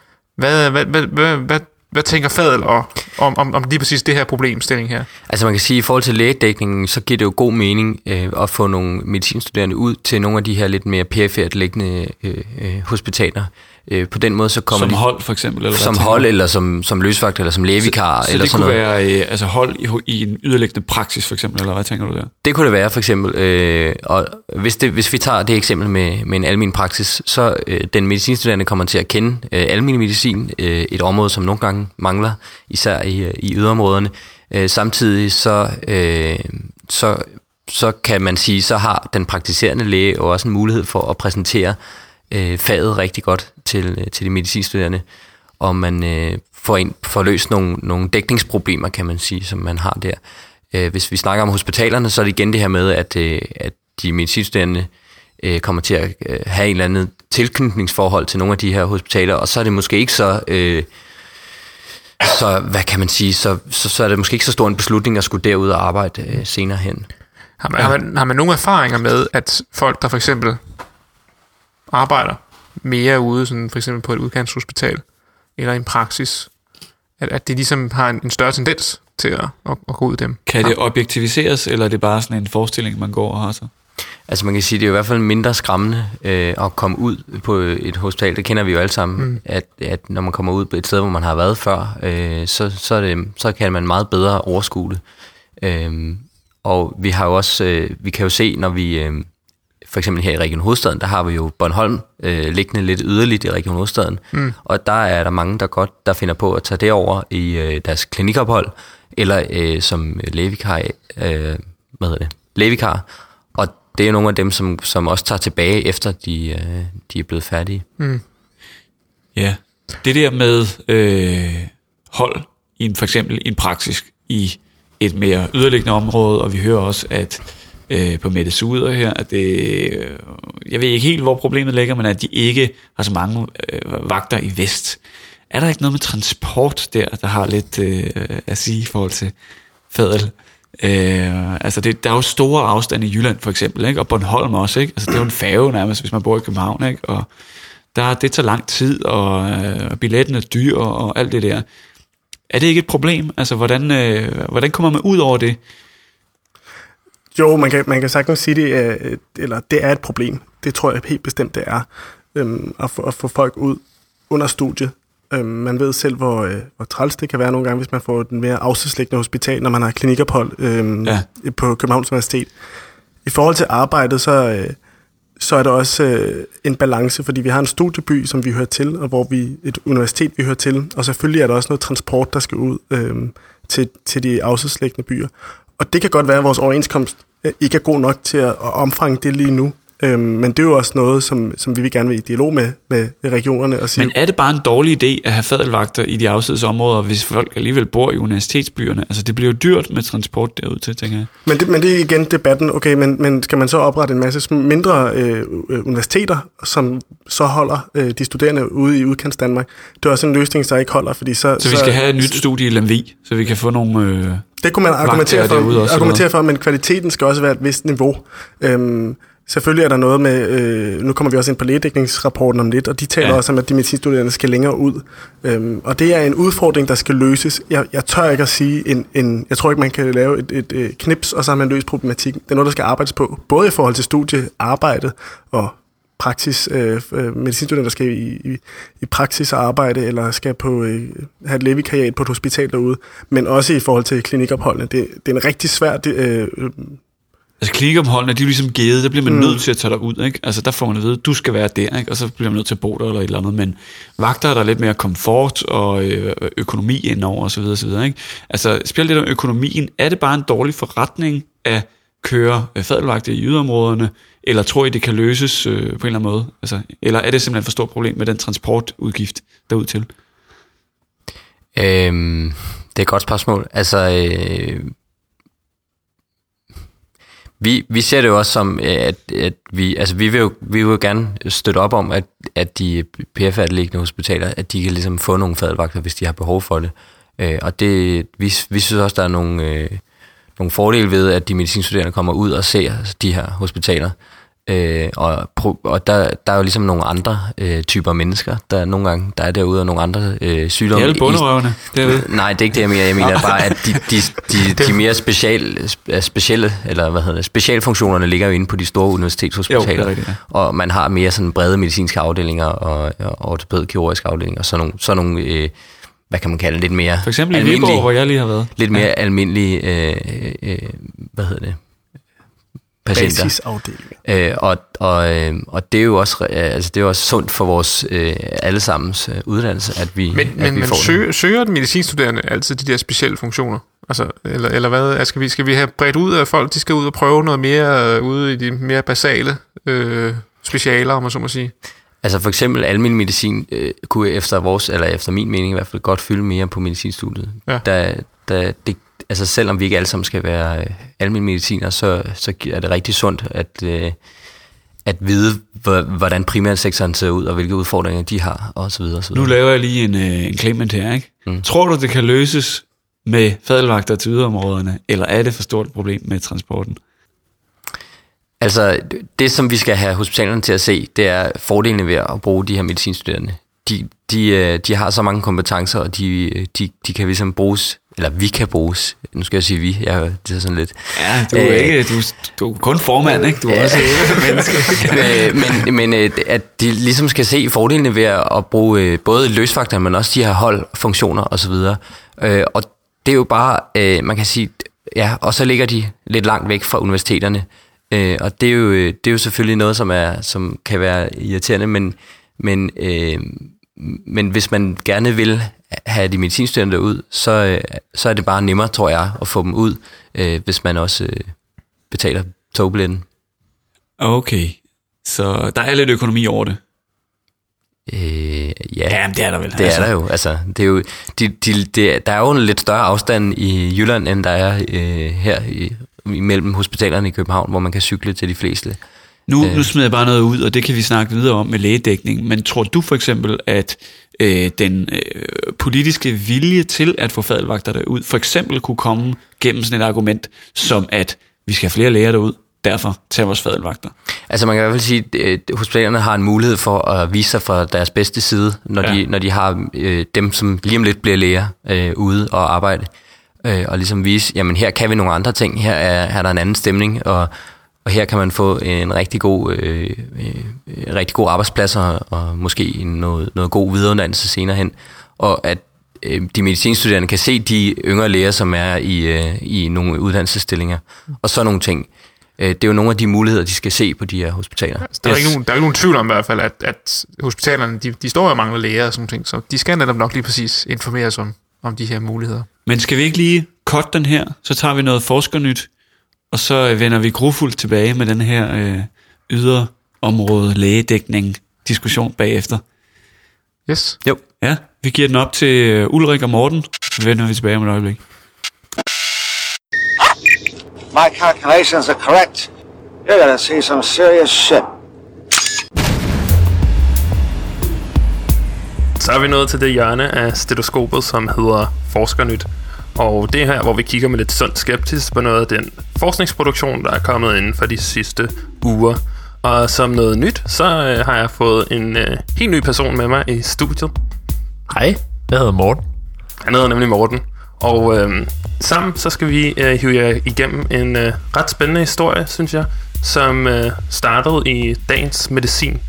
Speaker 5: Hvad, hvad, hvad, hvad, hvad, hvad tænker Fadel om, om, om lige præcis det her problemstilling her?
Speaker 7: Altså man kan sige, at i forhold til lægedækningen, så giver det jo god mening øh, at få nogle medicinstuderende ud til nogle af de her lidt mere perifert liggende øh, øh, hospitaler. Øh, på den måde så kommer
Speaker 4: som
Speaker 7: de,
Speaker 4: hold for eksempel, eller
Speaker 7: som hold eller som som løsvagt eller som lægevikar,
Speaker 4: så,
Speaker 7: eller
Speaker 4: så
Speaker 7: sådan noget.
Speaker 4: Så det kunne være øh, altså hold i, i en yderliggende praksis for eksempel, eller hvad tænker du der?
Speaker 7: Det kunne det være for eksempel, øh, og hvis det hvis vi tager det eksempel med med en almen praksis, så øh, den medicinstuderende kommer til at kende øh, almen medicin, øh, et område som nogle gange mangler, især i i yderområderne. Øh, samtidig så øh, så så kan man sige, så har den praktiserende læge også en mulighed for at præsentere øh, faget rigtig godt til, til de medicinstuderende, og man øh, får, ind, får løst nogle, nogle dækningsproblemer, kan man sige, som man har der. Øh, hvis vi snakker om hospitalerne, så er det igen det her med, at, øh, at de medicinstuderende øh, kommer til at øh, have en eller anden tilknytningsforhold til nogle af de her hospitaler, og så er det måske ikke så... Øh, så hvad kan man sige, så, så, så er det måske ikke så stor en beslutning at skulle derud og arbejde øh, senere hen.
Speaker 5: Har man, ja. har, man, har man nogle erfaringer med, at folk, der for eksempel arbejder mere ude, sådan for eksempel på et udkantshospital, eller en praksis, at, at det ligesom har en, en større tendens til at, at, at gå ud dem.
Speaker 4: Kan det objektiviseres, eller er det bare sådan en forestilling, man går og har så?
Speaker 7: Altså man kan sige, det er i hvert fald mindre skræmmende øh, at komme ud på et hospital. Det kender vi jo alle sammen, mm. at, at når man kommer ud på et sted, hvor man har været før, øh, så, så, er det, så kan man meget bedre overskue det. Øh, og vi har jo også, øh, vi kan jo se, når vi, øh, for eksempel her i Region Hovedstaden, der har vi jo Bornholm øh, liggende lidt yderligt i Region Hovedstaden, mm. og der er der mange, der godt der finder på at tage det over i øh, deres klinikophold, eller øh, som lægevikar, øh, hvad hedder det, lægevikar. Og det er jo nogle af dem, som, som også tager tilbage, efter de, øh, de er blevet færdige.
Speaker 5: Mm.
Speaker 4: Ja, det der med øh, hold, i en, for eksempel en praksis i et mere yderliggende område, og vi hører også, at øh, på Mette Suder her, at det, øh, jeg ved ikke helt, hvor problemet ligger, men at de ikke har så mange øh, vagter i vest. Er der ikke noget med transport der, der har lidt øh, at sige i forhold til fadel? Øh, altså det, der er jo store afstande i Jylland for eksempel, ikke? Og Bornholm også, ikke? Altså det er jo en færge nærmest, hvis man bor i København, ikke? Og der, det tager lang tid, og øh, billetten er dyr, og, og alt det der. Er det ikke et problem? Altså hvordan, øh, hvordan kommer man ud over det?
Speaker 6: Jo, man kan, man kan sagtens sige, det er, eller det er et problem. Det tror jeg helt bestemt, det er, øhm, at, få, at få folk ud under studiet. Øhm, man ved selv, hvor, øh, hvor træls det kan være nogle gange, hvis man får den mere afsidesliggende hospital, når man har klinikophold øhm, ja. på Københavns Universitet. I forhold til arbejdet, så, øh, så er der også øh, en balance, fordi vi har en studieby, som vi hører til, og hvor vi et universitet, vi hører til, og selvfølgelig er der også noget transport, der skal ud øh, til, til de afsidesliggende byer. Og det kan godt være, at vores overenskomst ikke er god nok til at omfange det lige nu. Øhm, men det er jo også noget, som, som vi vil gerne være i dialog med, med regionerne. Og sige,
Speaker 4: men er det bare en dårlig idé at have fadelvagter i de afsides områder, hvis folk alligevel bor i universitetsbyerne? Altså det bliver jo dyrt med transport derud til, tænker jeg. Men
Speaker 6: det, men det er igen debatten. Okay, men, men skal man så oprette en masse mindre øh, universiteter, som så holder øh, de studerende ude i udkants Danmark? Det er også en løsning, der ikke holder, fordi så...
Speaker 4: Så vi skal så, have et nyt studie i Lemvig, så vi kan få nogle... Øh,
Speaker 6: det kunne man argumentere for, argumentere for, men kvaliteten skal også være et vist niveau. Øhm, Selvfølgelig er der noget med, øh, nu kommer vi også ind på lægedækningsrapporten om lidt, og de taler ja. også om, at de medicinstuderende skal længere ud. Øhm, og det er en udfordring, der skal løses. Jeg, jeg tør ikke at sige, en, en, jeg tror ikke, man kan lave et, et, et knips, og så har man løst problematikken. Det er noget, der skal arbejdes på, både i forhold til studiearbejdet og praksis, øh, medicinstuderende, der skal i, i, i praksis og arbejde, eller skal på, øh, have et lægevikariat på et hospital derude, men også i forhold til klinikopholdene. Det, det er en rigtig svær... Øh,
Speaker 4: Altså klinikopholdene, de er jo ligesom givet, der bliver man mm. nødt til at tage dig ud, ikke? Altså der får man at vide, du skal være der, ikke? Og så bliver man nødt til at bo der eller et eller andet, men vagter er der lidt mere komfort og øh, økonomi indover og så videre, så videre, ikke? Altså spil lidt om økonomien, er det bare en dårlig forretning at køre øh, fadelvagter i yderområderne, eller tror I, det kan løses øh, på en eller anden måde? Altså, eller er det simpelthen for stort problem med den transportudgift derud til?
Speaker 7: Øhm, det er et godt spørgsmål. Altså... Øh Vi, vi ser det jo også som, at, at vi, altså vi vil jo, vi vil jo gerne støtte op om, at, at de P F-liggende hospitaler, at de kan ligesom få nogle fadelvagter, hvis de har behov for det. Øh, og det, vi, vi synes også, der er nogle, øh, nogle fordele ved, at de medicinstuderende kommer ud og ser de her hospitaler. Øh, og og der, der er jo ligesom nogle andre øh, typer mennesker, der nogle gange der er derude, og nogle andre øh, sygdomme.
Speaker 4: Det er alle bunderøverne.
Speaker 7: Nej, det er ikke det, jeg mener. Jeg mener bare, at de, de, de, de mere special, specielle, eller hvad hedder det, specialfunktionerne ligger jo inde på de store universitetshospitaler. Jo, det er rigtigt, ja. Og man har mere sådan brede medicinske afdelinger og, og ortopædkirurgiske afdelinger, og sådan nogle, sådan nogle øh, hvad kan man kalde det, lidt mere
Speaker 4: for eksempel i Viborg, hvor jeg lige har været.
Speaker 7: Lidt mere ja. almindelige, øh, øh, hvad hedder det, patienter. Øh, og, og, øh, og det er jo også altså det er jo også sundt for vores øh, allesammens øh, uddannelse, at vi
Speaker 5: Men,
Speaker 7: at
Speaker 5: men
Speaker 7: vi
Speaker 5: man
Speaker 7: får
Speaker 5: søger, søger den medicinstuderende altid de der specielle funktioner? Altså, eller, eller hvad? Skal vi, skal vi have bredt ud af folk, de skal ud og prøve noget mere øh, ude i de mere basale øh, specialer, om man så må sige?
Speaker 7: Altså for eksempel almen medicin øh, kunne efter vores, eller efter min mening i hvert fald godt fylde mere på medicinstudiet. Ja. Da, da det Altså selvom vi ikke alle sammen skal være øh, almen mediciner, så, så er det rigtig sundt at, øh, at vide, hvordan primærsektoren ser ud, og hvilke udfordringer de har, og så videre. Så videre.
Speaker 4: Nu laver jeg lige en, øh, en claimant her, ikke? Mm. Tror du, det kan løses med fadelvagter til yderområderne, eller er det for stort et problem med transporten?
Speaker 7: Altså, det som vi skal have hospitalerne til at se, det er fordelene ved at bruge de her medicinstuderende. De, de, de har så mange kompetencer, og de, de, de kan ligesom bruges, eller vi kan bruges. Nu skal jeg sige vi, jeg, det er sådan lidt...
Speaker 4: Ja, du er Æh, ikke, du, du er kun formand, ikke? Du er også
Speaker 7: menneske. men, men at de ligesom skal se fordelene ved at bruge både løsfaktorer, men også de her holdfunktioner osv. Og det er jo bare, man kan sige, ja, og så ligger de lidt langt væk fra universiteterne. Og det er jo, det er jo selvfølgelig noget, som, er, som kan være irriterende, men, men, øh, men hvis man gerne vil have de medicinstuderende ud, så, så er det bare nemmere, tror jeg, at få dem ud, øh, hvis man også øh, betaler togbilletten.
Speaker 4: Okay, så der er lidt økonomi over det.
Speaker 7: Øh, ja,
Speaker 4: ja, det er der vel.
Speaker 7: Det altså. er der jo. Altså, det er jo de, de, de, der er jo en lidt større afstand i Jylland, end der er øh, her i, mellem hospitalerne i København, hvor man kan cykle til de fleste.
Speaker 4: Nu, øh. nu smider jeg bare noget ud, og det kan vi snakke videre om med lægedækning, men tror du for eksempel, at øh, den øh, politiske vilje til at få fadelvagter derud, for eksempel kunne komme gennem sådan et argument, som at vi skal have flere læger derud, derfor tager vores fadelvagter?
Speaker 7: Altså man kan i hvert fald sige, at hospitalerne har en mulighed for at vise sig fra deres bedste side, når, ja. de, når de har øh, dem, som lige om lidt bliver læger øh, ude og arbejde, øh, og ligesom vise, jamen her kan vi nogle andre ting, her er, her er der en anden stemning, og Og her kan man få en rigtig god, øh, øh, rigtig god arbejdsplads og, og måske noget, noget god videreuddannelse senere hen. Og at øh, de medicinstuderende kan se de yngre læger, som er i, øh, i nogle uddannelsesstillinger. Og så nogle ting. Øh, det er jo nogle af de muligheder, de skal se på de her hospitaler.
Speaker 5: Altså, der, er yes. ikke nogen, der er ikke nogen tvivl om i hvert fald, at, at hospitalerne de, de står og mangler læger og sådan ting. Så de skal netop nok lige præcis informeres om, om de her muligheder.
Speaker 4: Men skal vi ikke lige cutte den her? Så tager vi noget forskernyt. Og så vender vi grufuldt tilbage med den her øh, yderområde lægedækning diskussion bagefter.
Speaker 5: Yes.
Speaker 7: Jo.
Speaker 4: Ja, vi giver den op til Ulrik og Morten, så vender vi tilbage om et øjeblik.
Speaker 10: My calculations are correct. You're gonna see some serious shit.
Speaker 5: Så er vi nået til det hjørne af stetoskopet, som hedder Forskernyt. Og det er her, hvor vi kigger med lidt sund skeptisk på noget af den forskningsproduktion, der er kommet inden for de sidste uger. Og som noget nyt, så øh, har jeg fået en øh, helt ny person med mig i studiet.
Speaker 11: Hej, jeg hedder Morten.
Speaker 5: Han hedder nemlig Morten. Og øh, sammen så skal vi øh, hive jer igennem en øh, ret spændende historie, synes jeg, som øh, startede i Dagens Medicin.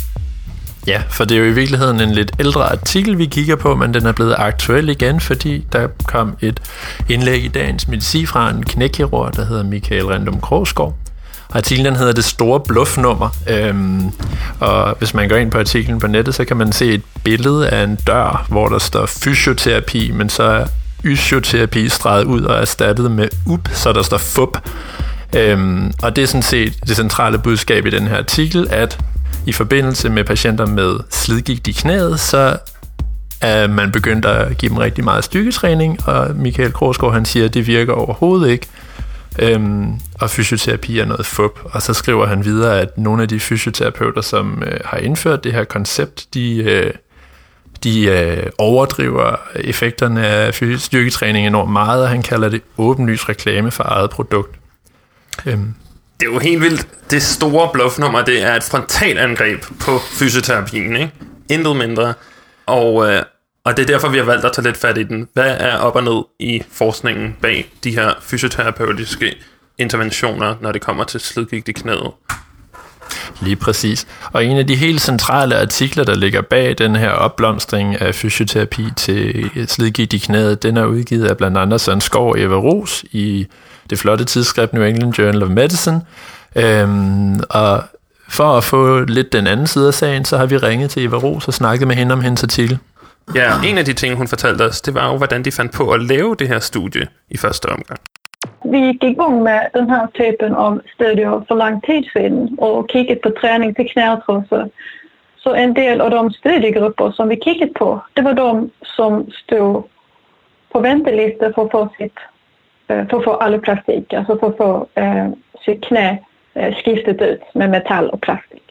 Speaker 11: Ja, for det er jo i virkeligheden en lidt ældre artikel, vi kigger på, men den er blevet aktuel igen, fordi der kom et indlæg i Dagens Medicin fra en knækirurg, der hedder Michael Rendum Krogsgaard. Artiklen den hedder Det Store Bluffnummer, øhm, og hvis man går ind på artiklen på nettet, så kan man se et billede af en dør, hvor der står fysioterapi, men så er fysioterapi streget ud og erstattet med up, så der står fup. Øhm, og det er sådan set det centrale budskab i den her artikel, at i forbindelse med patienter med slidgigt i knæet, så er man begyndt at give dem rigtig meget styrketræning, og Michael Krogsgaard han siger, at det virker overhovedet ikke, øhm, og fysioterapi er noget fup. Og så skriver han videre, at nogle af de fysioterapeuter, som øh, har indført det her koncept, de, øh, de øh, overdriver effekterne af styrketræning enormt meget, og han kalder det åbenlys reklame for eget produkt. Øhm.
Speaker 5: Det er jo helt vildt. Det store bluffnummer, det er et frontalangreb på fysioterapien, ikke? Intet mindre. Og, øh, og det er derfor, vi har valgt at tage lidt fat i den. Hvad er op og ned i forskningen bag de her fysioterapeutiske interventioner, når det kommer til slidgigt i knæet?
Speaker 11: Lige præcis. Og en af de helt centrale artikler, der ligger bag den her opblomstring af fysioterapi til slidgigt i knæet, den er udgivet af blandt andet Søren Skov og Eva Ros i det flotte tidsskrift New England Journal of Medicine. Øhm, og for at få lidt den anden side af sagen, så har vi ringet til Eva Ros og snakket med hende om hendes artikel.
Speaker 5: Ja, en af de ting, hun fortalte os, det var jo, hvordan de fandt på at lave det her studie i første omgang.
Speaker 12: Vi gik i gang med den her typen av studier för lång tid sedan och kikkat på träning till knäartrose. Så en del av de studiegrupper som vi kikkat på, det var de som stod på väntelista för att få sitt för att få alloplastik, alltså för att få eh, sitt knä eh, skiftet ut med metall och plastik.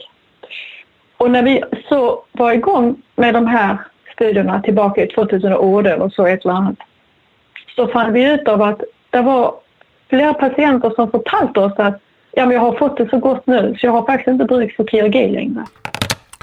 Speaker 12: Och när vi så var igång med de här studierna tillbaka i tjugohundraåtta och så ett eller annat, så fann vi ut av att det var flera patienter som fortalt oss att ja, men jag har fått det så gott nu så jag har faktiskt inte bruk för kirurgi längre.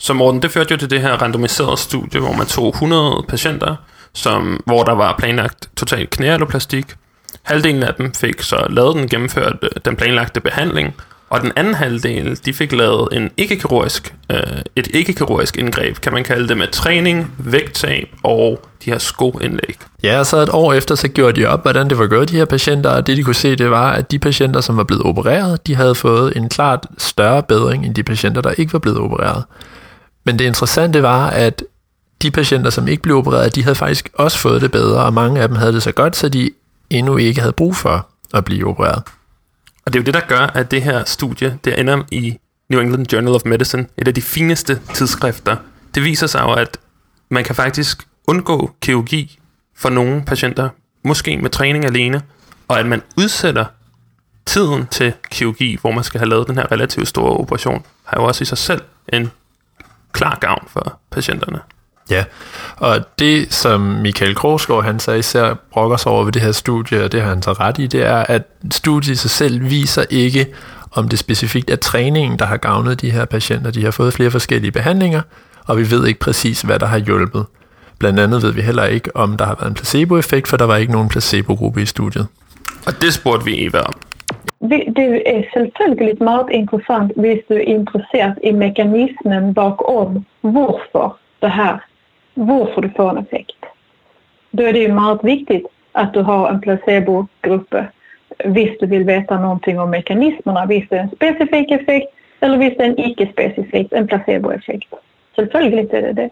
Speaker 5: Så Morten, det førte jo til det her randomiserede studie, hvor man tog hundrede patienter, som, hvor der var planlagt totalt knæaloplastik. Halvdelen af dem fik så lavet den gennemført den planlagte behandling, og den anden halvdel, de fik lavet en ikke-kirurgisk, øh, et ikke-kirurgisk indgreb, kan man kalde det, med træning, vægttab og de her skoindlæg.
Speaker 11: Ja, og så et år efter, så gjorde de op, hvordan det var gået, de her patienter, og det de kunne se, det var, at de patienter, som var blevet opereret, de havde fået en klart større bedring, end de patienter, der ikke var blevet opereret. Men det interessante var, at de patienter, som ikke blev opereret, de havde faktisk også fået det bedre, og mange af dem havde det så godt, så de endnu ikke havde brug for at blive opereret.
Speaker 5: Og det er jo det, der gør, at det her studie, det ender i New England Journal of Medicine, et af de fineste tidsskrifter. Det viser sig jo, at man kan faktisk undgå kirurgi for nogle patienter, måske med træning alene, og at man udsætter tiden til kirurgi, hvor man skal have lavet den her relativt store operation, har jo også i sig selv en klar gavn for patienterne.
Speaker 11: Ja, og det, som Michael Krogsgaard, han så især brokker sig over ved det her studie, og det har han så ret i, det er, at studiet i sig selv viser ikke, om det specifikt er træningen, der har gavnet de her patienter. De har fået flere forskellige behandlinger, og vi ved ikke præcis, hvad der har hjulpet. Blandt andet ved vi heller ikke, om der har været en placeboeffekt, for der var ikke nogen placebogruppe i studiet.
Speaker 5: Og det spurgte vi Eva om.
Speaker 12: Det er selvfølgelig meget interessant, hvis du er interesseret i mekanismen bakom, hvorfor det her, hvorfor du får en effekt. Då är det ju meget viktigt att du har en placebogruppe, hvis du vill veta någonting om mekanismerna, hvis det är en specifik effekt eller hvis det är en icke-specifik, en placeboeffekt. Selvfølgelig er det det.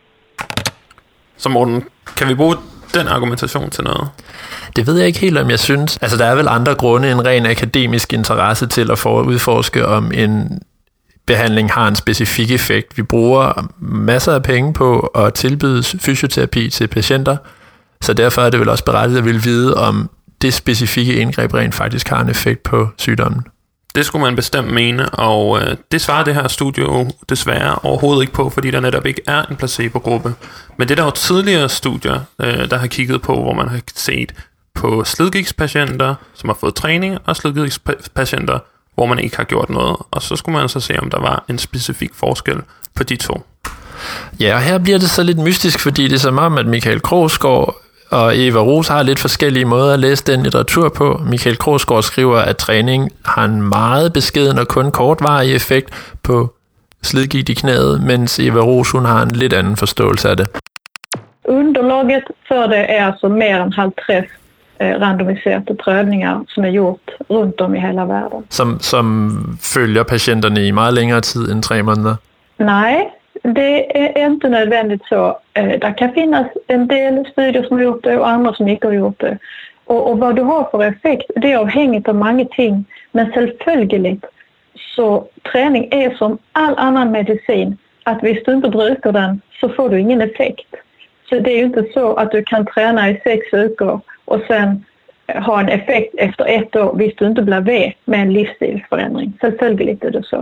Speaker 5: Så Morten, kan vi bruge den argumentation til noget?
Speaker 11: Det ved jeg ikke helt, om jeg synes. Altså, der er vel andre grunde end ren akademisk interesse til at få udforske, om en behandling har en specifik effekt. Vi bruger masser af penge på at tilbyde fysioterapi til patienter, så derfor er det vel også berettiget at ville vide, om det specifikke indgreb rent faktisk har en effekt på sygdommen.
Speaker 5: Det skulle man bestemt mene, og øh, det svarer det her studie jo desværre overhovedet ikke på, fordi der netop ikke er en placebo-gruppe. Men det er der jo tidligere studier, øh, der har kigget på, hvor man har set på slidgigtspatienter, som har fået træning, og slidgigtspatienter, hvor man ikke har gjort noget. Og så skulle man så se, om der var en specifik forskel på de to.
Speaker 11: Ja, og her bliver det så lidt mystisk, fordi det er som om, at Michael Krogsgaard og Eva Roos har lidt forskellige måder at læse den litteratur på. Michael Krogsgaard skriver, at træning har en meget beskeden og kun kortvarig effekt på slidgigt i knæet, mens Eva Roos, hun har en lidt anden forståelse af det.
Speaker 12: Underlaget for det er altså mere end halvtreds randomiserede prøvninger, som er gjort rundt om i hele verden.
Speaker 11: Som, som følger patienterne i meget længere tid end tre måneder?
Speaker 12: Nej, det är inte nödvändigt så. Det kan finnas en del studier som har gjort det och andra som inte har gjort det. Och, och vad du har för effekt, det är avhängigt av många ting. Men självföljligt så träning är som all annan medicin. Att hvis du inte brukar den så får du ingen effekt. Så det är ju inte så att du kan träna i sex veckor och sen ha en effekt efter ett år hvis du inte blir ved med en livsstilsförändring. Självföljligt är det så.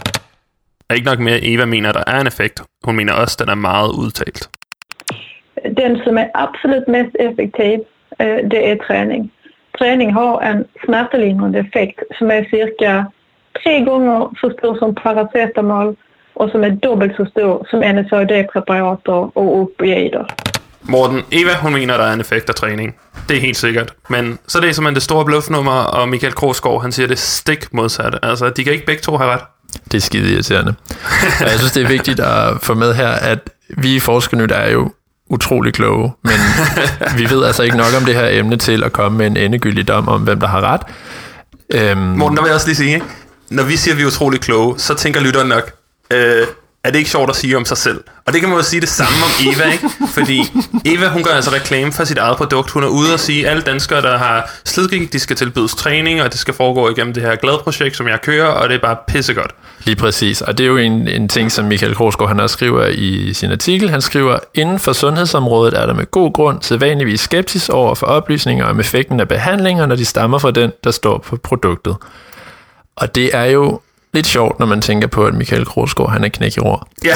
Speaker 5: Er ikke nok med, at Eva mener, at der er en effekt. Hun mener også, at den er meget udtalt.
Speaker 12: Den, som er absolut mest effektiv, det er træning. Træning har en smertelindrende effekt, som er cirka tre gånger så stor som paracetamol, og som er dobbelt så stor som N S A I D-præparater og opioider.
Speaker 5: Morten, Eva, hun mener, der er en effekt af træning. Det er helt sikkert. Men så er det simpelthen det store bluffnummer, og Michael Krogsgaard, han siger det stik modsatte. Altså, de kan ikke begge to have ret.
Speaker 11: Det er skide irriterende. Og jeg synes, det er vigtigt at få med her, at vi i Forskernyt er jo utrolig kloge, men vi ved altså ikke nok om det her emne til at komme med en endegyldig dom om, hvem der har ret.
Speaker 5: Øhm... Morten, der vil jeg også lige sige, ikke? Når vi siger, at vi er utrolig kloge, så tænker lytteren nok, øh, er det ikke sjovt at sige om sig selv? Og det kan man jo sige det samme om Eva, ikke? Fordi Eva, hun gør altså reklame for sit eget produkt. Hun er ude og sige, at alle danskere, der har slidgigt, de skal tilbydes træning, og det skal foregå igennem det her glad-projekt, som jeg kører, og det er bare pissegodt.
Speaker 11: Lige præcis, og det er jo en, en ting, som Michael Krogsgaard, han også skriver i sin artikel. Han skriver, inden for sundhedsområdet er der med god grund sædvanligvis skepsis over for oplysninger om effekten af behandlinger, når de stammer fra den, der står på produktet. Og det er jo lidt sjovt, når man tænker på, at Michael Krogsgaard, han er knækkirurg.
Speaker 5: Ja,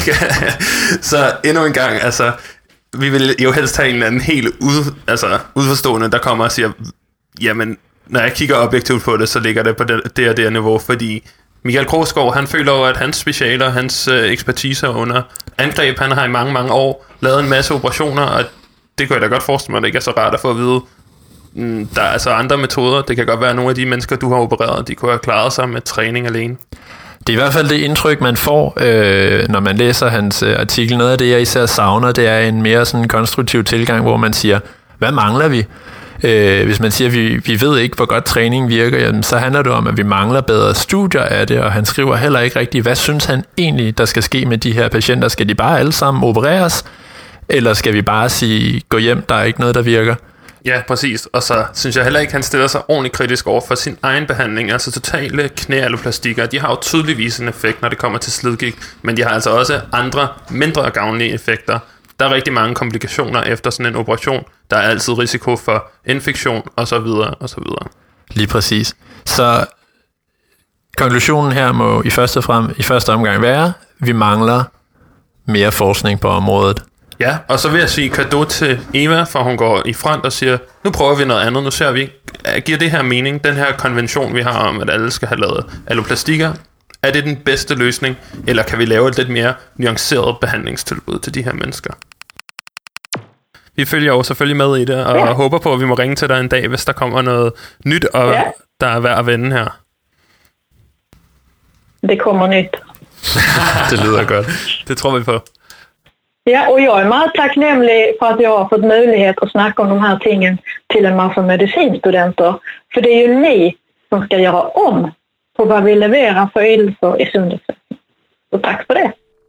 Speaker 5: så endnu en gang, altså, vi vil jo helst have en eller anden helt ud, altså, udforstående, der kommer og siger, jamen, når jeg kigger objektivt på det, så ligger det på det, det og det niveau, fordi Michael Krogsgaard, han føler jo, at hans specialer, hans øh, ekspertise under angreb, han har i mange, mange år lavet en masse operationer, og det kan jeg da godt forestille mig, at det ikke er så rart at få at vide. Mm, der er altså andre metoder. Det kan godt være, at nogle af de mennesker, du har opereret, de kunne have klaret sig med træning alene.
Speaker 11: Det er i hvert fald det indtryk, man får, øh, når man læser hans øh, artikel. Noget af det, jeg især savner, det er en mere sådan konstruktiv tilgang, hvor man siger, hvad mangler vi? Øh, hvis man siger, at vi, vi ved ikke, hvor godt træning virker, jamen, så handler det om, at vi mangler bedre studier af det, og han skriver heller ikke rigtigt, hvad synes han egentlig, der skal ske med de her patienter? Skal de bare alle sammen opereres, eller skal vi bare sige, gå hjem, der er ikke noget, der virker?
Speaker 5: Ja, præcis. Og så synes jeg heller ikke, han stiller sig ordentligt kritisk over for sin egen behandling. Altså totale knæalloplastikker, de har jo tydeligvis en effekt, når det kommer til slidgigt, men de har altså også andre, mindre gavnlige effekter. Der er rigtig mange komplikationer efter sådan en operation. Der er altid risiko for infektion, og så videre, og så videre.
Speaker 11: Lige præcis. Så konklusionen her må i første, frem, i første omgang være, at vi mangler mere forskning på området.
Speaker 5: Ja, og så vil jeg sige cadeau til Eva, for hun går i front og siger, nu prøver vi noget andet, nu ser vi, giver det her mening, den her konvention, vi har om, at alle skal have lavet alloplastikker, er det den bedste løsning, eller kan vi lave et lidt mere nuanceret behandlingstilbud til de her mennesker? Vi følger jo selvfølgelig med i det, og ja. håber på, at vi må ringe til dig en dag, hvis der kommer noget nyt, og ja. der er værd at vende her.
Speaker 12: Det kommer nyt.
Speaker 5: Det lyder godt. Det tror vi på.
Speaker 12: Ja, och jag är meget tacknämlig för att jag har fått möjlighet att snacka om de här tingen till en massa medicinstudenter. För det är ju ni som ska göra om på vad vi levererar för ydelser i sundhetsvæsenet. Så tack för det.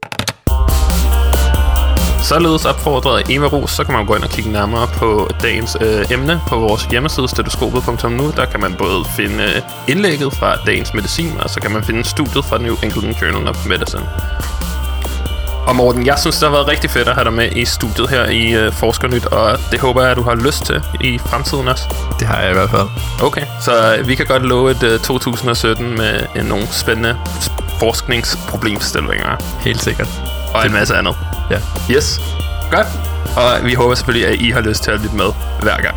Speaker 5: Således opfordret Eva Ros, så kan man gå ind og kigge nærmere på dagens øh, emne på vores hjemmeside stetoskopet punktum nu. Der kan man både finde indlægget fra dagens medicin, og så kan man finde studiet fra New England Journal of Medicine. Og Morten, jeg synes, det har været rigtig fedt at have dig med i studiet her i uh, Forskernyt, og det håber jeg, at du har lyst til i fremtiden også.
Speaker 11: Det har jeg i hvert fald.
Speaker 5: Okay, så uh, vi kan godt love et uh, to tusind og sytten med uh, nogle spændende forskningsproblemstillinger.
Speaker 11: Helt sikkert.
Speaker 5: Og det en masse andet.
Speaker 11: Ja.
Speaker 5: Yes, godt. Og vi håber selvfølgelig, at I har lyst til at lytte med hver gang.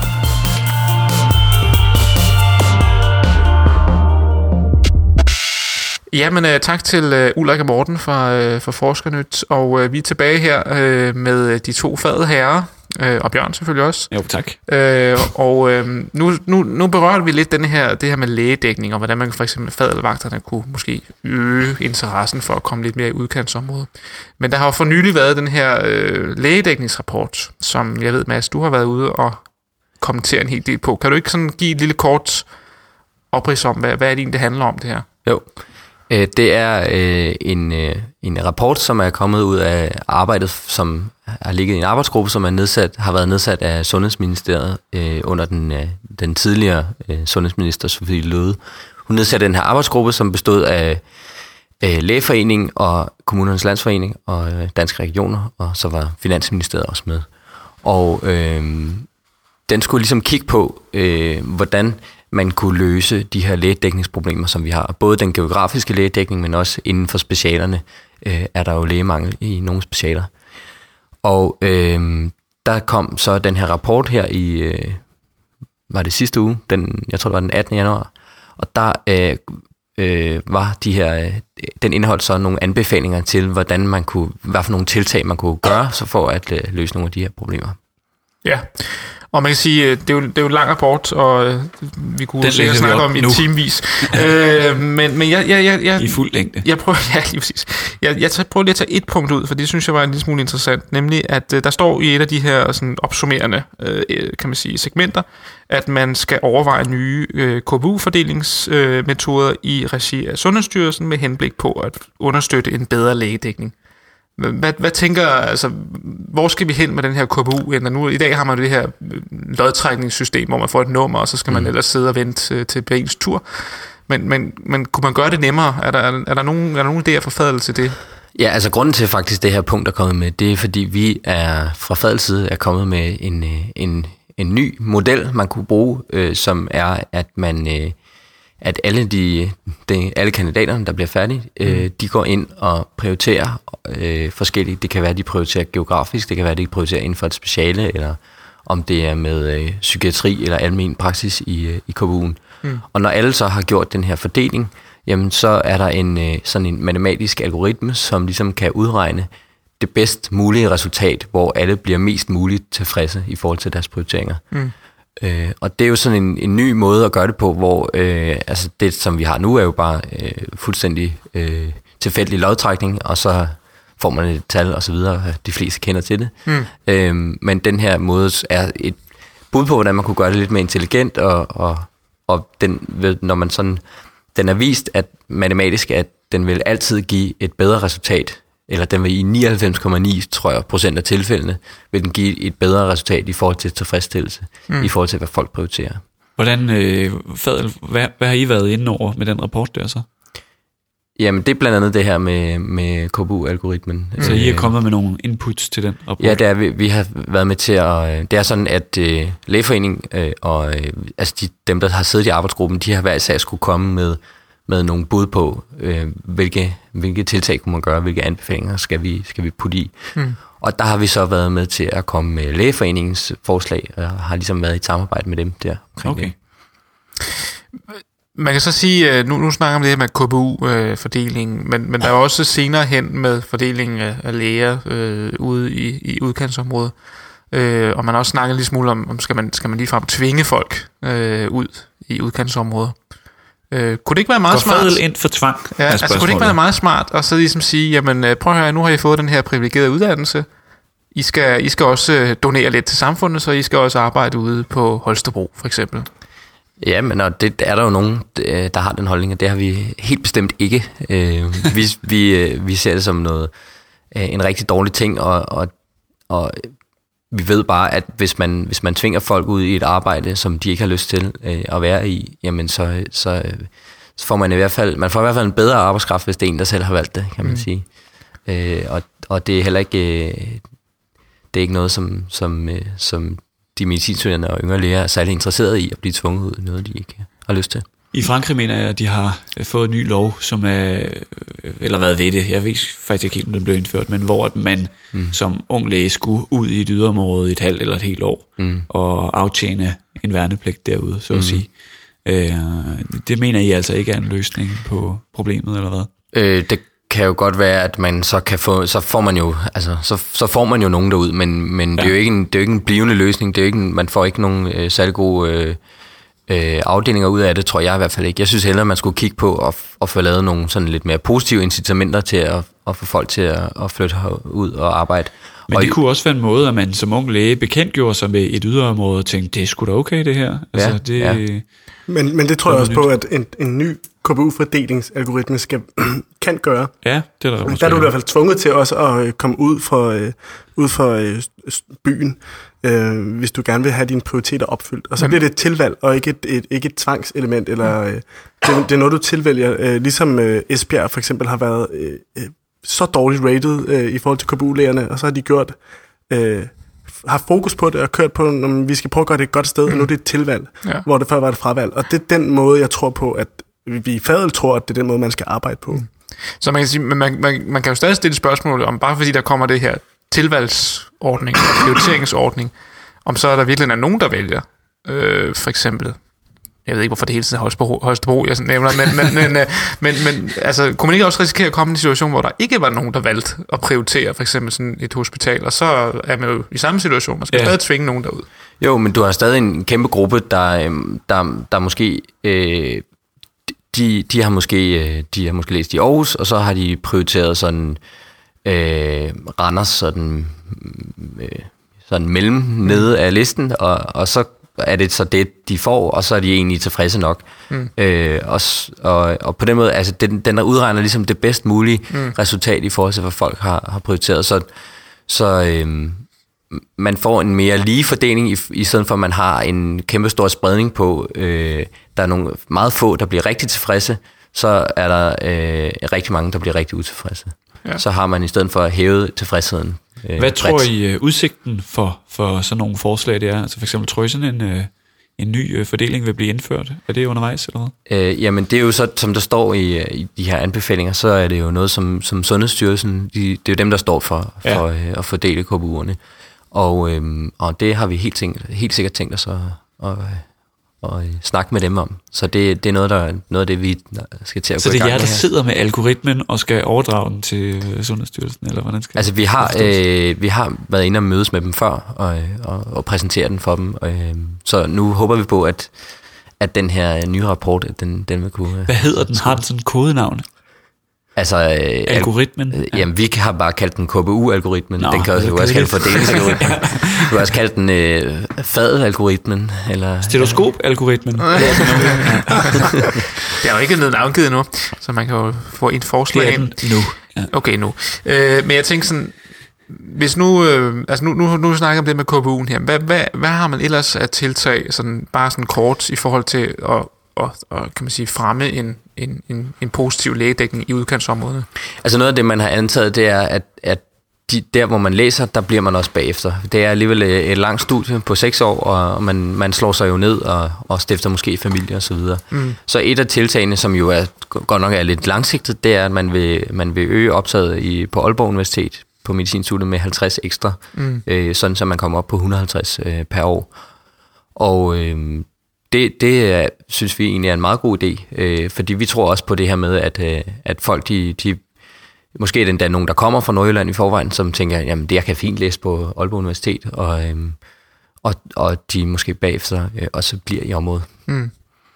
Speaker 5: Jamen, uh, tak til uh, Ulrik og Morten fra, uh, fra Forskernyt, og uh, vi er tilbage her uh, med de to fade herrer, uh, og Bjørn selvfølgelig også.
Speaker 4: Jo, tak.
Speaker 5: Uh, og uh, nu, nu, nu berørte vi lidt denne her, det her med lægedækning, og hvordan man for eksempel fadelvagterne kunne måske øge interessen for at komme lidt mere i udkantsområdet. Men der har jo for nylig været den her uh, lægedækningsrapport, som jeg ved, Mads, du har været ude og kommentere en hel del på. Kan du ikke sådan give et lille kort oprids om, hvad, hvad er det egentlig, det handler om det her?
Speaker 7: Jo. Det er øh, en, øh, en rapport, som er kommet ud af arbejdet, som har ligget i en arbejdsgruppe, som er nedsat, har været nedsat af Sundhedsministeriet øh, under den, øh, den tidligere øh, sundhedsminister Sophie Løhde. Hun nedsatte den her arbejdsgruppe, som bestod af øh, Lægeforeningen og Kommunernes Landsforening og øh, Danske Regioner, og så var Finansministeriet også med. Og øh, den skulle ligesom kigge på, øh, hvordan man kunne løse de her lægedækningsproblemer, som vi har. Både den geografiske lægedækning, men også inden for specialerne øh, er der jo lægemangel i nogle specialer. Og øh, der kom så den her rapport her i, øh, var det sidste uge, den, jeg tror det var den attende januar, og der øh, øh, var de her, øh, den indeholdt så nogle anbefalinger til, hvordan man kunne, hvad for nogle tiltag man kunne gøre, så for at øh, løse nogle af de her problemer.
Speaker 5: Ja, og man kan sige, det er jo, det er jo en lang rapport, og vi kunne sikkert snakke om i timevis. øh, men men jeg, jeg, jeg, jeg,
Speaker 4: I fuld længde.
Speaker 5: Jeg prøver, ja, lige præcis. Jeg, jeg prøver lige at tage et punkt ud, for det synes jeg var en lille smule interessant, nemlig at uh, der står i et af de her sådan, opsummerende uh, kan man sige, segmenter, at man skal overveje nye uh, K B U-fordelingsmetoder uh, i regi af Sundhedsstyrelsen med henblik på at understøtte en bedre lægedækning. Hvad, hvad tænker, altså, hvor skal vi hen med den her K B U? Nu, i dag har man det her lodtrækningssystem, hvor man får et nummer, og så skal man mm. ellers sidde og vente til på ens tur. Men, men, men kunne man gøre det nemmere? Er der, er der nogen, er der nogen idéer for Fadel til det?
Speaker 7: Ja, altså grunden til faktisk det her punkt er kommet med, det er fordi vi er fra Fadels side er kommet med en, en, en ny model, man kunne bruge, øh, som er, at man... Øh, at alle de, de alle kandidaterne, der bliver færdige, øh, mm. de går ind og prioriterer øh, forskelligt. Det kan være, at de prioriterer geografisk, det kan være, at de prioriterer inden for et speciale, eller om det er med øh, psykiatri eller almen praksis i, øh, i K B U'en. Mm. Og når alle så har gjort den her fordeling, jamen så er der en øh, sådan en matematisk algoritme, som ligesom kan udregne det bedst mulige resultat, hvor alle bliver mest muligt tilfredse i forhold til deres prioriteringer. Mm. Øh, og det er jo sådan en, en ny måde at gøre det på, hvor øh, altså det, som vi har nu, er jo bare øh, fuldstændig øh, tilfældig lodtrækning, og så får man et tal og så videre, de fleste kender til det. Mm. Øh, men den her måde er et bud på, hvordan man kunne gøre det lidt mere intelligent, og, og, og den, når man sådan, den er vist, at matematisk, at den vil altid give et bedre resultat, eller den vil i nioghalvfems komma ni, tror jeg, procent af tilfældene, vil den give et bedre resultat i forhold til tilfredsstillelse, mm. i forhold til, hvad folk prioriterer.
Speaker 4: Hvordan, øh, Fadel, hvad, hvad har I været inde over med den rapport der så?
Speaker 7: Jamen, det er blandt andet det her med, med K B U-algoritmen.
Speaker 4: Så I er kommet med nogle inputs til den rapport?
Speaker 7: Ja, det er, vi, vi har været med til at... Det er sådan, at øh, Lægeforeningen øh, og øh, altså de, dem, der har siddet i arbejdsgruppen, de har hver især skulle komme med, med nogle bud på, øh, hvilke, hvilke tiltag kunne man gøre, hvilke anbefalinger skal vi, skal vi putte i. Mm. Og der har vi så været med til at komme med Lægeforeningens forslag, og har ligesom været i et samarbejde med dem der.
Speaker 4: Okay.
Speaker 7: Det.
Speaker 5: Man kan så sige, nu, nu snakker vi om det her med K B U-fordelingen, men, men der er også senere hen med fordelingen af, af læger øh, ude i, i udkantsområdet. Øh, og man har også snakket lidt smule om, om skal man, skal man ligefrem tvinge folk øh, ud i udkantsområdet. Øh, kunne det ikke være meget
Speaker 4: Går
Speaker 5: smart?
Speaker 4: Fadel ind for tvang?
Speaker 5: Ja, altså kunne det ikke være meget smart at så ligesom sige, jamen prøv at høre, nu har I fået den her privilegerede uddannelse. I skal, I skal også donere lidt til samfundet, så I skal også arbejde ude på Holstebro, for eksempel.
Speaker 7: Ja, men og det er der jo nogen, der har den holdning, og det har vi helt bestemt ikke. vi, vi, vi ser det som noget, en rigtig dårlig ting, og, og, og vi ved bare, at hvis man, hvis man tvinger folk ud i et arbejde, som de ikke har lyst til at være i, jamen så, så, så får man i hvert fald, man får i hvert fald en bedre arbejdskraft, hvis det er en, der selv har valgt det, kan man mm. sige. Og, og det er heller ikke, det er ikke noget, som, som, som de medicinstuderende og yngre læger er særlig interesserede i at blive tvunget ud i noget, de ikke har lyst til.
Speaker 4: I Frankrig mener jeg, at de har fået en ny lov, som er, eller hvad ved det, jeg ved faktisk ikke helt, om den blev indført, men hvor man mm. som ung læge skulle ud i et yderområde i et halvt eller et helt år, mm. og aftjene en værnepligt derude, så
Speaker 7: mm.
Speaker 4: at sige. Øh, det mener I altså ikke er en løsning på problemet, eller hvad?
Speaker 7: Øh, det kan jo godt være, at man så kan få, så får man jo, altså, så, så får man jo nogen derud, men, men ja. det er jo ikke en, det er jo ikke en blivende løsning, det er jo ikke en, man får ikke nogen øh, særlig gode øh, øh, afdelinger ud af det, tror jeg i hvert fald ikke. Jeg synes hellere, man skulle kigge på at, at få lavet nogle sådan lidt mere positive incitamenter til at, at få folk til at, at flytte ud og arbejde.
Speaker 4: Men
Speaker 7: og
Speaker 4: det kunne også være en måde, at man som ung læge bekendtgjorde sig med et yderområde og tænkte, det er sgu da okay det her. Altså,
Speaker 7: ja,
Speaker 4: det,
Speaker 7: ja.
Speaker 6: Men, men det tror jeg også nyt. på, at en, en ny K B U-fordelingsalgoritme skal, kan gøre.
Speaker 4: Ja, det er der.
Speaker 6: Der er du i hvert fald tvunget til også at komme ud fra, øh, ud fra øh, byen, øh, hvis du gerne vil have dine prioriteter opfyldt. Og så bliver det et tilvalg, og ikke et, et, ikke et tvangselement. Eller, øh, det, det er noget, du tilvælger. Øh, ligesom øh, Esbjerg for eksempel har været øh, så dårligt rated øh, i forhold til K B U-lægerne, og så har de gjort... Øh, har fokus på det og kørt på, når vi skal prøve at gøre det et godt sted, mm. og nu er det et tilvalg, ja. hvor det før var et fravalg. Og det er den måde, jeg tror på, at vi i Fadel tror, at det er den måde, man skal arbejde på. Mm.
Speaker 5: Så man kan sige, man, man, man kan jo stadig stille spørgsmål om, bare fordi der kommer det her tilvalgsordning, prioriteringsordning, om så er der virkelig er nogen, der vælger. Øh, for eksempel, jeg ved ikke, hvorfor det hele tiden er Holstebro, Holstebro jeg nævner, men, men, men, men, men altså, kunne man ikke også risikere at komme i en situation, hvor der ikke var nogen, der valgte at prioritere for eksempel sådan et hospital, og så er man jo i samme situation, man skal ja. stadig tvinge nogen derud.
Speaker 7: Jo, men du har stadig en kæmpe gruppe, der, der, der måske... Øh, de, de, har måske, de har måske læst i Aarhus, og så har de prioriteret sådan øh, Randers sådan, øh, sådan mellem nede af listen, og, og så er det så det, de får, og så er de egentlig tilfredse nok. Mm. Øh, og, og, og på den måde, altså den, den udregner ligesom det bedst mulige mm. resultat i forhold til, hvad folk har, har prioriteret. Så, så øh, man får en mere lige fordeling, i, i stedet for at man har en kæmpe stor spredning på, øh, der er nogle meget få, der bliver rigtig tilfredse, så er der øh, rigtig mange, der bliver rigtig utilfredse. Ja. Så har man i stedet for at hæve tilfredsheden.
Speaker 4: Øh, Hvad bredt. Tror I uh, udsigten for, for sådan nogle forslag det er? Altså for eksempel, tror I sådan en, uh, en ny uh, fordeling vil blive indført? Er det undervejs eller hvad?
Speaker 7: Øh, jamen det er jo så, som der står i, i de her anbefalinger, så er det jo noget, som, som Sundhedsstyrelsen, de, det er jo dem, der står for, for ja. uh, at fordele K B U'erne. Og, øhm, og det har vi helt, tænkt, helt sikkert tænkt os at, at, og øh, snakke med dem om. Så det, det er noget, der, noget af det, vi skal til at
Speaker 4: så
Speaker 7: gå i gang med.
Speaker 4: Så det er jer, der sidder med algoritmen og skal overdrage den til Sundhedsstyrelsen, eller hvordan skal
Speaker 7: Altså vi har, øh, vi har været inde og mødes med dem før, og, og, og præsentere den for dem. Og, øh, så nu håber vi på, at, at den her nye rapport, den, den vil kunne...
Speaker 4: Hvad hedder den? Har den sådan en kodenavn?
Speaker 7: Altså, øh,
Speaker 4: algoritmen?
Speaker 7: Al- jamen, vi har bare kaldt den K B U-algoritmen.
Speaker 4: Nå,
Speaker 7: den kan også, også kalde fordelingsalgoritmen. Du kan også kalde den øh, fad-algoritmen. Eller,
Speaker 4: Stetoskop-algoritmen.
Speaker 5: Det er jo ikke noget navngivet nu, så man kan jo få et forslag ind.
Speaker 4: Nu.
Speaker 5: Ja. Okay, nu. Øh, men jeg tænker sådan, hvis nu, øh, altså nu, nu, nu snakker om det med K B U'en her, hvad, hvad, hvad har man ellers af tiltag, sådan, bare sådan kort, i forhold til at og, og, kan man sige, fremme en, en, en, en positiv lægedækning i udkantsområdet?
Speaker 7: Altså noget af det, man har antaget, det er, at, at de, der, hvor man læser, der bliver man også bagefter. Det er alligevel et langt studie på seks år, og man, man slår sig jo ned og, og stifter måske familie og så videre. Mm. Så et af tiltagene, som jo er, godt nok er lidt langsigtet, det er, at man vil, man vil øge optaget i, på Aalborg Universitet på medicinstudiet med halvtreds ekstra, mm. øh, sådan så man kommer op på et hundrede og halvtreds øh, per år. Og øh, det, det er, synes vi egentlig er en meget god idé, øh, fordi vi tror også på det her med, at, øh, at folk, de, de måske er det endda nogen, der kommer fra Nordjylland i forvejen, som tænker, jamen det jeg kan fint læse på Aalborg Universitet, og, øh, og, og de måske bagefter øh, også bliver i området. Mm.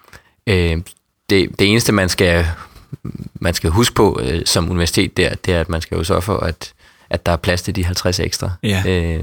Speaker 7: Øh, det, det eneste, man skal, man skal huske på øh, som universitet, der, det er, at man skal jo sørge for, at, at der er plads til de halvtreds ekstra.
Speaker 4: Ja.
Speaker 7: Øh,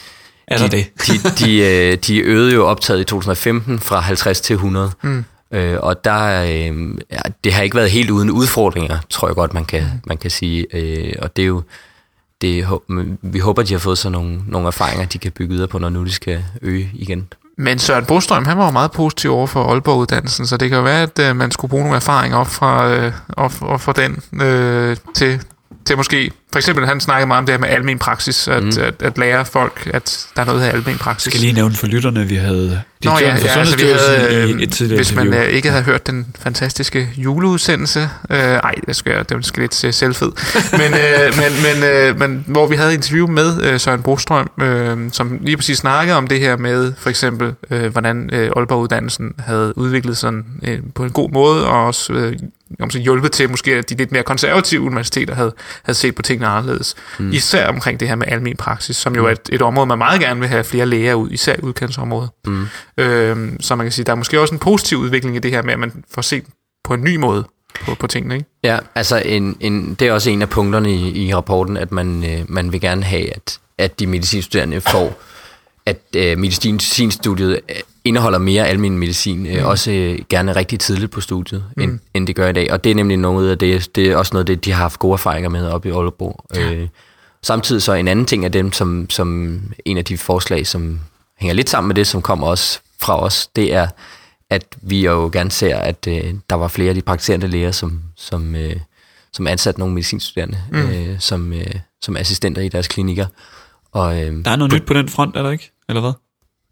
Speaker 4: er der det?
Speaker 7: de, de, de øgede jo optaget i to tusind og femten fra halvtreds til hundrede. Mm. Øh, og der, øh, ja, det har ikke været helt uden udfordringer, tror jeg godt, man kan, mm. man kan sige. Øh, og det er jo, det, vi håber, de har fået sådan nogle, nogle erfaringer, de kan bygge videre på, når nu de skal øge igen.
Speaker 5: Men Søren Brostrøm, han var jo meget positiv over for Aalborg-uddannelsen, så det kan jo være, at øh, man skulle bruge nogle erfaringer op fra, øh, op, op fra den øh, til... til måske, for eksempel han snakkede meget om det her med almen praksis, at, mm. at, at lære folk, at der er noget her almen praksis.
Speaker 4: Jeg skal lige nævne for lytterne, vi havde
Speaker 5: Nå ja, ja altså vi havde,
Speaker 4: i et tidligere
Speaker 5: hvis man
Speaker 4: interview.
Speaker 5: ikke havde hørt den fantastiske juleudsendelse, øh, ej, det skal jeg, det skal lidt til selvfed, men, øh, men, men, øh, men hvor vi havde interview med øh, Søren Brostrøm, øh, som lige præcis snakkede om det her med, for eksempel, øh, hvordan øh, Aalborg-uddannelsen havde udviklet sådan øh, på en god måde, og også øh, om så hjulpet til måske, at de lidt mere konservative universiteter havde, havde set på tingene anderledes. Mm. Især omkring det her med almen praksis, som jo er et, et område, man meget gerne vil have flere læger ud, især i udkantsområdet. Mm. Øhm, så man kan sige, der er måske også en positiv udvikling i det her med, at man får set på en ny måde på, på tingene, ikke?
Speaker 7: Ja, altså en, en, det er også en af punkterne i, i rapporten, at man, øh, man vil gerne have, at, at de medicinstuderende får, at øh, medicinstudiet indeholder mere almen medicin, øh, mm. også øh, gerne rigtig tidligt på studiet, mm. end, end det gør i dag. Og det er nemlig noget af det, det er også noget af det, de har haft gode erfaringer med oppe i Aalborg. Ja. Øh, samtidig så en anden ting af dem, som, som en af de forslag, som hænger lidt sammen med det, som kommer også fra os, det er, at vi jo gerne ser, at øh, der var flere af de praktiserende læger, som, som, øh, som ansatte nogle medicinstuderende, mm. øh, som, øh, som assistenter i deres klinikker. Og, øh,
Speaker 4: der er noget på, nyt på den front, er der ikke? Eller hvad?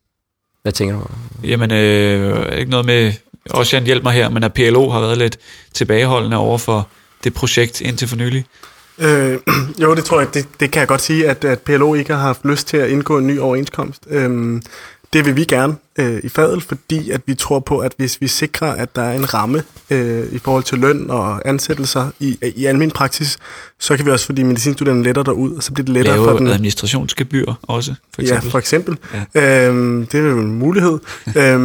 Speaker 7: Hvad tænker du?
Speaker 4: Jamen, øh, ikke noget med, også hjælp mig her, men at P L O har været lidt tilbageholdende over for det projekt indtil for nylig.
Speaker 6: Øh, jo, det tror jeg, det, det kan jeg godt sige, at, at P L O ikke har haft lyst til at indgå en ny overenskomst. Øh, det vil vi gerne øh, i Fadel, fordi at vi tror på, at hvis vi sikrer, at der er en ramme øh, i forhold til løn og ansættelser i, i almen praksis, så kan vi også få de medicinstuderende lettere derud, og så bliver det lettere
Speaker 4: lave
Speaker 6: for den...
Speaker 4: administrationsgebyr også, for eksempel.
Speaker 6: Ja, for eksempel. Ja. Øh, det er jo en mulighed. øh,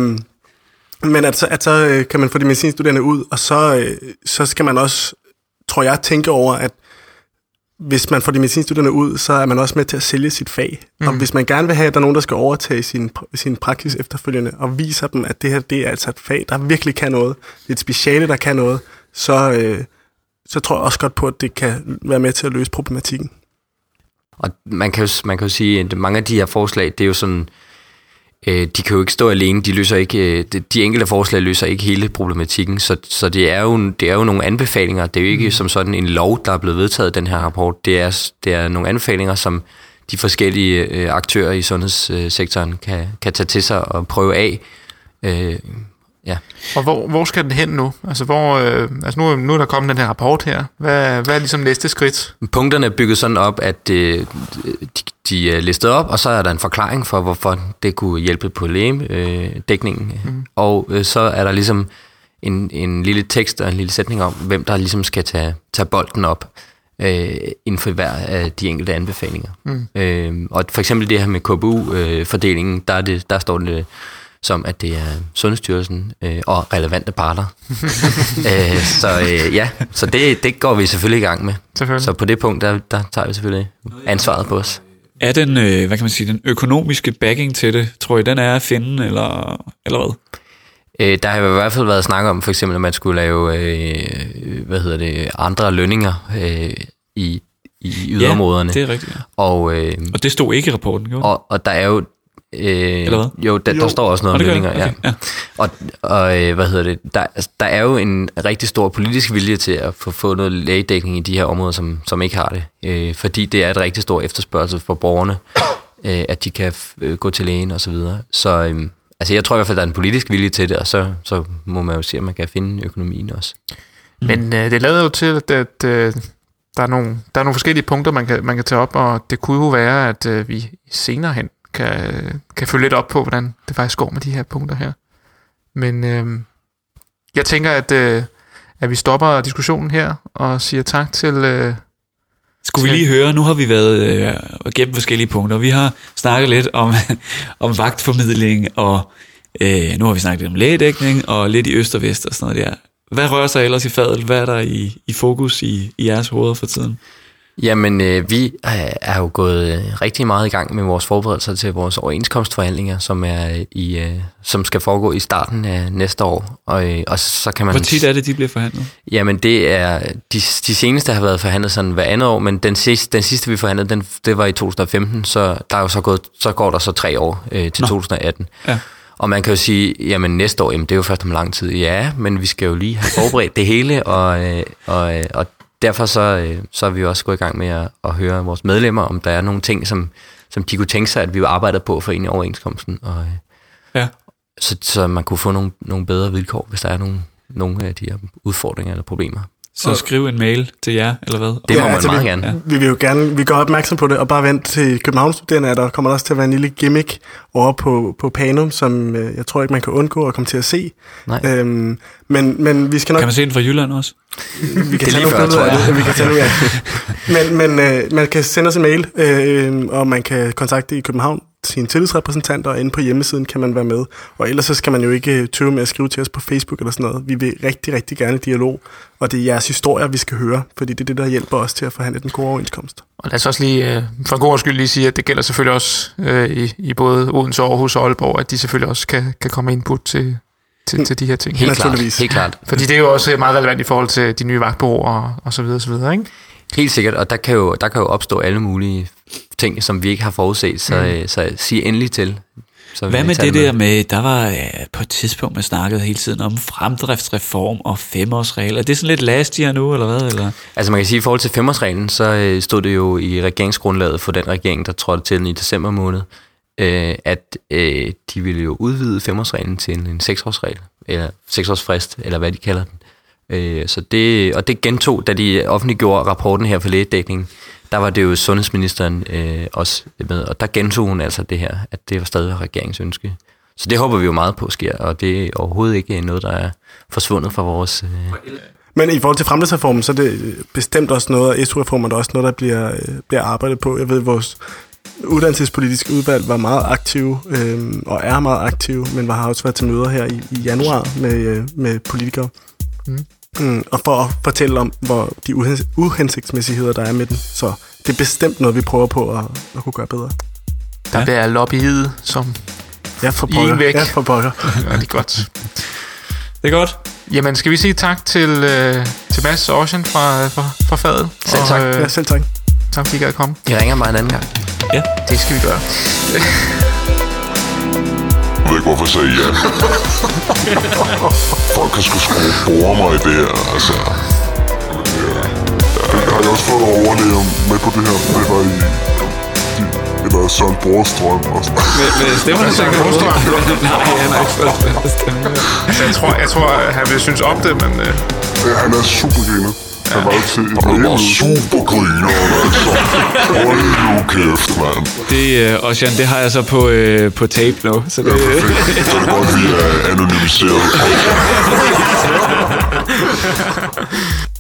Speaker 6: men at så, at så kan man få de medicinstuderende ud, og så, øh, så skal man også, tror jeg, tænke over, at hvis man får de medicinstuderende ud, så er man også med til at sælge sit fag. Mm. Og hvis man gerne vil have, at der er nogen, der skal overtage sin, sin praksis efterfølgende, og viser dem, at det her det er altså et fag, der virkelig kan noget, det er et speciale, der kan noget, så, øh, så tror jeg også godt på, at det kan være med til at løse problematikken.
Speaker 7: Og man kan jo, man kan jo sige, at mange af de her forslag, det er jo sådan, øh, de kan jo ikke stå alene, de løser ikke, øh, de, de enkelte forslag løser ikke hele problematikken, så, så det, er jo, det er jo nogle anbefalinger, det er jo ikke mm. som sådan en lov, der er blevet vedtaget i den her rapport, det er, det er nogle anbefalinger, som de forskellige øh, aktører i sundhedssektoren kan, kan tage til sig og prøve af, øh, Ja.
Speaker 5: Og hvor, hvor skal den hen nu? Altså, hvor, øh, altså nu, nu er der kommet den her rapport her. Hvad, hvad er ligesom næste skridt?
Speaker 7: Punkterne er bygget sådan op, at øh, de, de er listet op, og så er der en forklaring for, hvorfor det kunne hjælpe på lægedækningen. Øh, mm. Og øh, så er der ligesom en, en lille tekst og en lille sætning om, hvem der ligesom skal tage, tage bolden op øh, inden for hver af de enkelte anbefalinger. Mm. Øh, og for eksempel det her med K B U-fordelingen, øh, der, er det, der står det som, at det er Sundhedsstyrelsen øh, og relevante parter. øh, så øh, ja, så det, det går vi selvfølgelig i gang med. Så på det punkt, der, der tager vi selvfølgelig ansvaret på os.
Speaker 4: Er den, øh, hvad kan man sige, den økonomiske backing til det, tror I, den er at finde, eller, eller hvad?
Speaker 7: Øh, der har i hvert fald været snak om, for eksempel, at man skulle lave, øh, hvad hedder det, andre lønninger øh, i, i yderområderne.
Speaker 4: Ja, det er rigtigt. Ja.
Speaker 7: Og, øh,
Speaker 4: og det stod ikke i rapporten, gjorde det?
Speaker 7: Og, og der er jo Øh, Eller hvad? Jo, der, jo, der står også noget om lønninger. Okay, ja. Ja. Og, og øh, hvad hedder det? Der, der er jo en rigtig stor politisk vilje til at få, få noget lægedækning i de her områder, som, som ikke har det. Øh, fordi det er et rigtig stor efterspørgsel for borgerne, øh, at de kan øh, gå til lægen og så videre. Så øh, altså, jeg tror i hvert fald, der er en politisk vilje til det, og så, så må man jo se, at man kan finde økonomien også.
Speaker 5: Mm. Men øh, det lader jo til, at, at øh, der, er nogle, der er nogle forskellige punkter, man kan, man kan tage op, og det kunne jo være, at øh, vi senere hen Kan, kan følge lidt op på, hvordan det faktisk går med de her punkter her. Men øh, jeg tænker, at, øh, at vi stopper diskussionen her og siger tak til... Øh,
Speaker 4: Skulle vi lige høre, nu har vi været øh, gennem forskellige punkter. Vi har snakket lidt om, om vagtformidling, og øh, nu har vi snakket lidt om lægedækning, og lidt i øst og vest og sådan noget der. Hvad rører sig ellers i fadet? Hvad er der i, i fokus i, i jeres hoveder for tiden?
Speaker 7: Jamen, øh, vi er jo gået rigtig meget i gang med vores forberedelser til vores overenskomstforhandlinger, som er i, øh, som skal foregå i starten af næste år. Og, øh, og så kan man...
Speaker 4: Hvor tit er det, de bliver forhandlet?
Speaker 7: Jamen, det er de, de seneste har været forhandlet sådan hver andet år, men den sidste, den sidste vi forhandlede, den, det var i to tusind og femten, så der er jo så gået, så går der så tre år øh, til Nå. to tusind og atten. Ja. Og man kan jo sige, jamen næste år, jamen det er jo først om lang tid. Ja, men vi skal jo lige have forberedt det hele, og, øh, og, øh, og derfor så, så er vi også gået i gang med at, at høre vores medlemmer, om der er nogle ting, som, som de kunne tænke sig, at vi arbejder på for en i overenskomsten. Og,
Speaker 4: ja.
Speaker 7: så, så man kunne få nogle, nogle bedre vilkår, hvis der er nogle, nogle af de her udfordringer eller problemer.
Speaker 4: Så skriv en mail til jer, eller hvad?
Speaker 7: Det må
Speaker 6: ja,
Speaker 7: man
Speaker 6: altså,
Speaker 7: meget
Speaker 6: vi,
Speaker 7: gerne.
Speaker 6: Ja. Vi vil jo gerne, vi går opmærksom på det, og bare vent til Københavnsstuderende, at der kommer også til at være en lille gimmick over på, på Panum, som øh, jeg tror ikke, man kan undgå at komme til at se.
Speaker 7: Nej.
Speaker 6: Øhm, men, men vi skal nok...
Speaker 4: Kan man se den fra Jylland også?
Speaker 6: Vi kan tage noget ud af det. Vi kan tage noget af det. Men, men øh, man kan sende os en mail, øh, og man kan kontakte i København sine tillidsrepræsentanter, og inde på hjemmesiden kan man være med. Og ellers så skal man jo ikke tøve med at skrive til os på Facebook eller sådan noget. Vi vil rigtig, rigtig gerne dialog, og det er jeres historier, vi skal høre, fordi det er det, der hjælper os til at forhandle den gode overenskomst.
Speaker 5: Og lad os også lige, øh, for en god skyld lige sige, at det gælder selvfølgelig også øh, i, i både Odense, Aarhus og Aalborg, at de selvfølgelig også kan, kan komme input til, til, til de her ting.
Speaker 7: Helt klart, helt klart.
Speaker 5: Fordi det er jo også meget relevant i forhold til de nye vagtbureauer og, og så videre, så videre, ikke?
Speaker 7: Helt sikkert, og der kan jo, der kan jo opstå alle mulige ting, som vi ikke har forudset, så, mm. så, så sig endelig til. Så
Speaker 4: hvad med det med. der med, der var ja, på et tidspunkt, man snakkede hele tiden om fremdriftsreform og femårsregel. Er det sådan lidt last year nu, eller hvad? Eller?
Speaker 7: Altså man kan sige, at i forhold til femårsreglen, så stod det jo i regeringsgrundlaget for den regering, der trådte til i december måned, at de ville jo udvide femårsreglen til en seksårsregel, eller seksårsfrist, eller hvad de kalder den. Så det, og det gentog, da de offentliggjorde rapporten her for lægedækning, der var det jo sundhedsministeren øh, også med, og der gentog hun altså det her, at det var stadig regeringens ønske. Så det håber vi jo meget på sker, og det er overhovedet ikke noget, der er forsvundet fra vores... Øh...
Speaker 6: Men i forhold til fremtidsreformen, så er det bestemt også noget, og S U-reformen er der også noget, der bliver, bliver arbejdet på. Jeg ved, at vores uddannelsespolitiske udvalg var meget aktiv, øh, og er meget aktiv, men har også været til møder her i, i januar med, med politikere. Mm. Mm, og for at fortælle om, hvor de uhens- uhensigtsmæssigheder, der er med den. Så det er bestemt noget, vi prøver på at, at kunne gøre bedre.
Speaker 5: Der ja. bliver lobbyet som
Speaker 6: ja, for pokker.
Speaker 5: væk.
Speaker 6: Ja, for pokker.
Speaker 5: Ja, det er godt.
Speaker 4: Det er godt.
Speaker 5: Jamen, skal vi sige tak til, øh, til Mads og Ocean fra, fra, fra fadet?
Speaker 6: Selv tak. Og, øh, ja, selv tak.
Speaker 5: Tak, fordi I gad komme.
Speaker 7: Jeg ringer mig en anden gang.
Speaker 4: Ja.
Speaker 5: Det skal vi gøre.
Speaker 13: Jeg ved ikke, hvorfor jeg sagde ja. Folk kan sgu skrue bore mig i det her, altså. Ja. Jeg har jo også fået overleve med på det her. Det var i... De Eller Søren Brostrøm og sådan.
Speaker 4: Med, med stemmerne
Speaker 5: Søren Brostrøm?
Speaker 4: Nej, han har ikke fået stemme.
Speaker 5: Altså, jeg tror, jeg tror, han vil synes om det, men... Øh...
Speaker 13: Ja, han er supergriner. Han var til et Han var supergriner, altså. Hold nu kæft, mand.
Speaker 4: Det, øh, Ocean, det har jeg så på, øh, på tape nu. Så det,
Speaker 13: ja, perfekt. Så er det godt, vi er anonymiseret.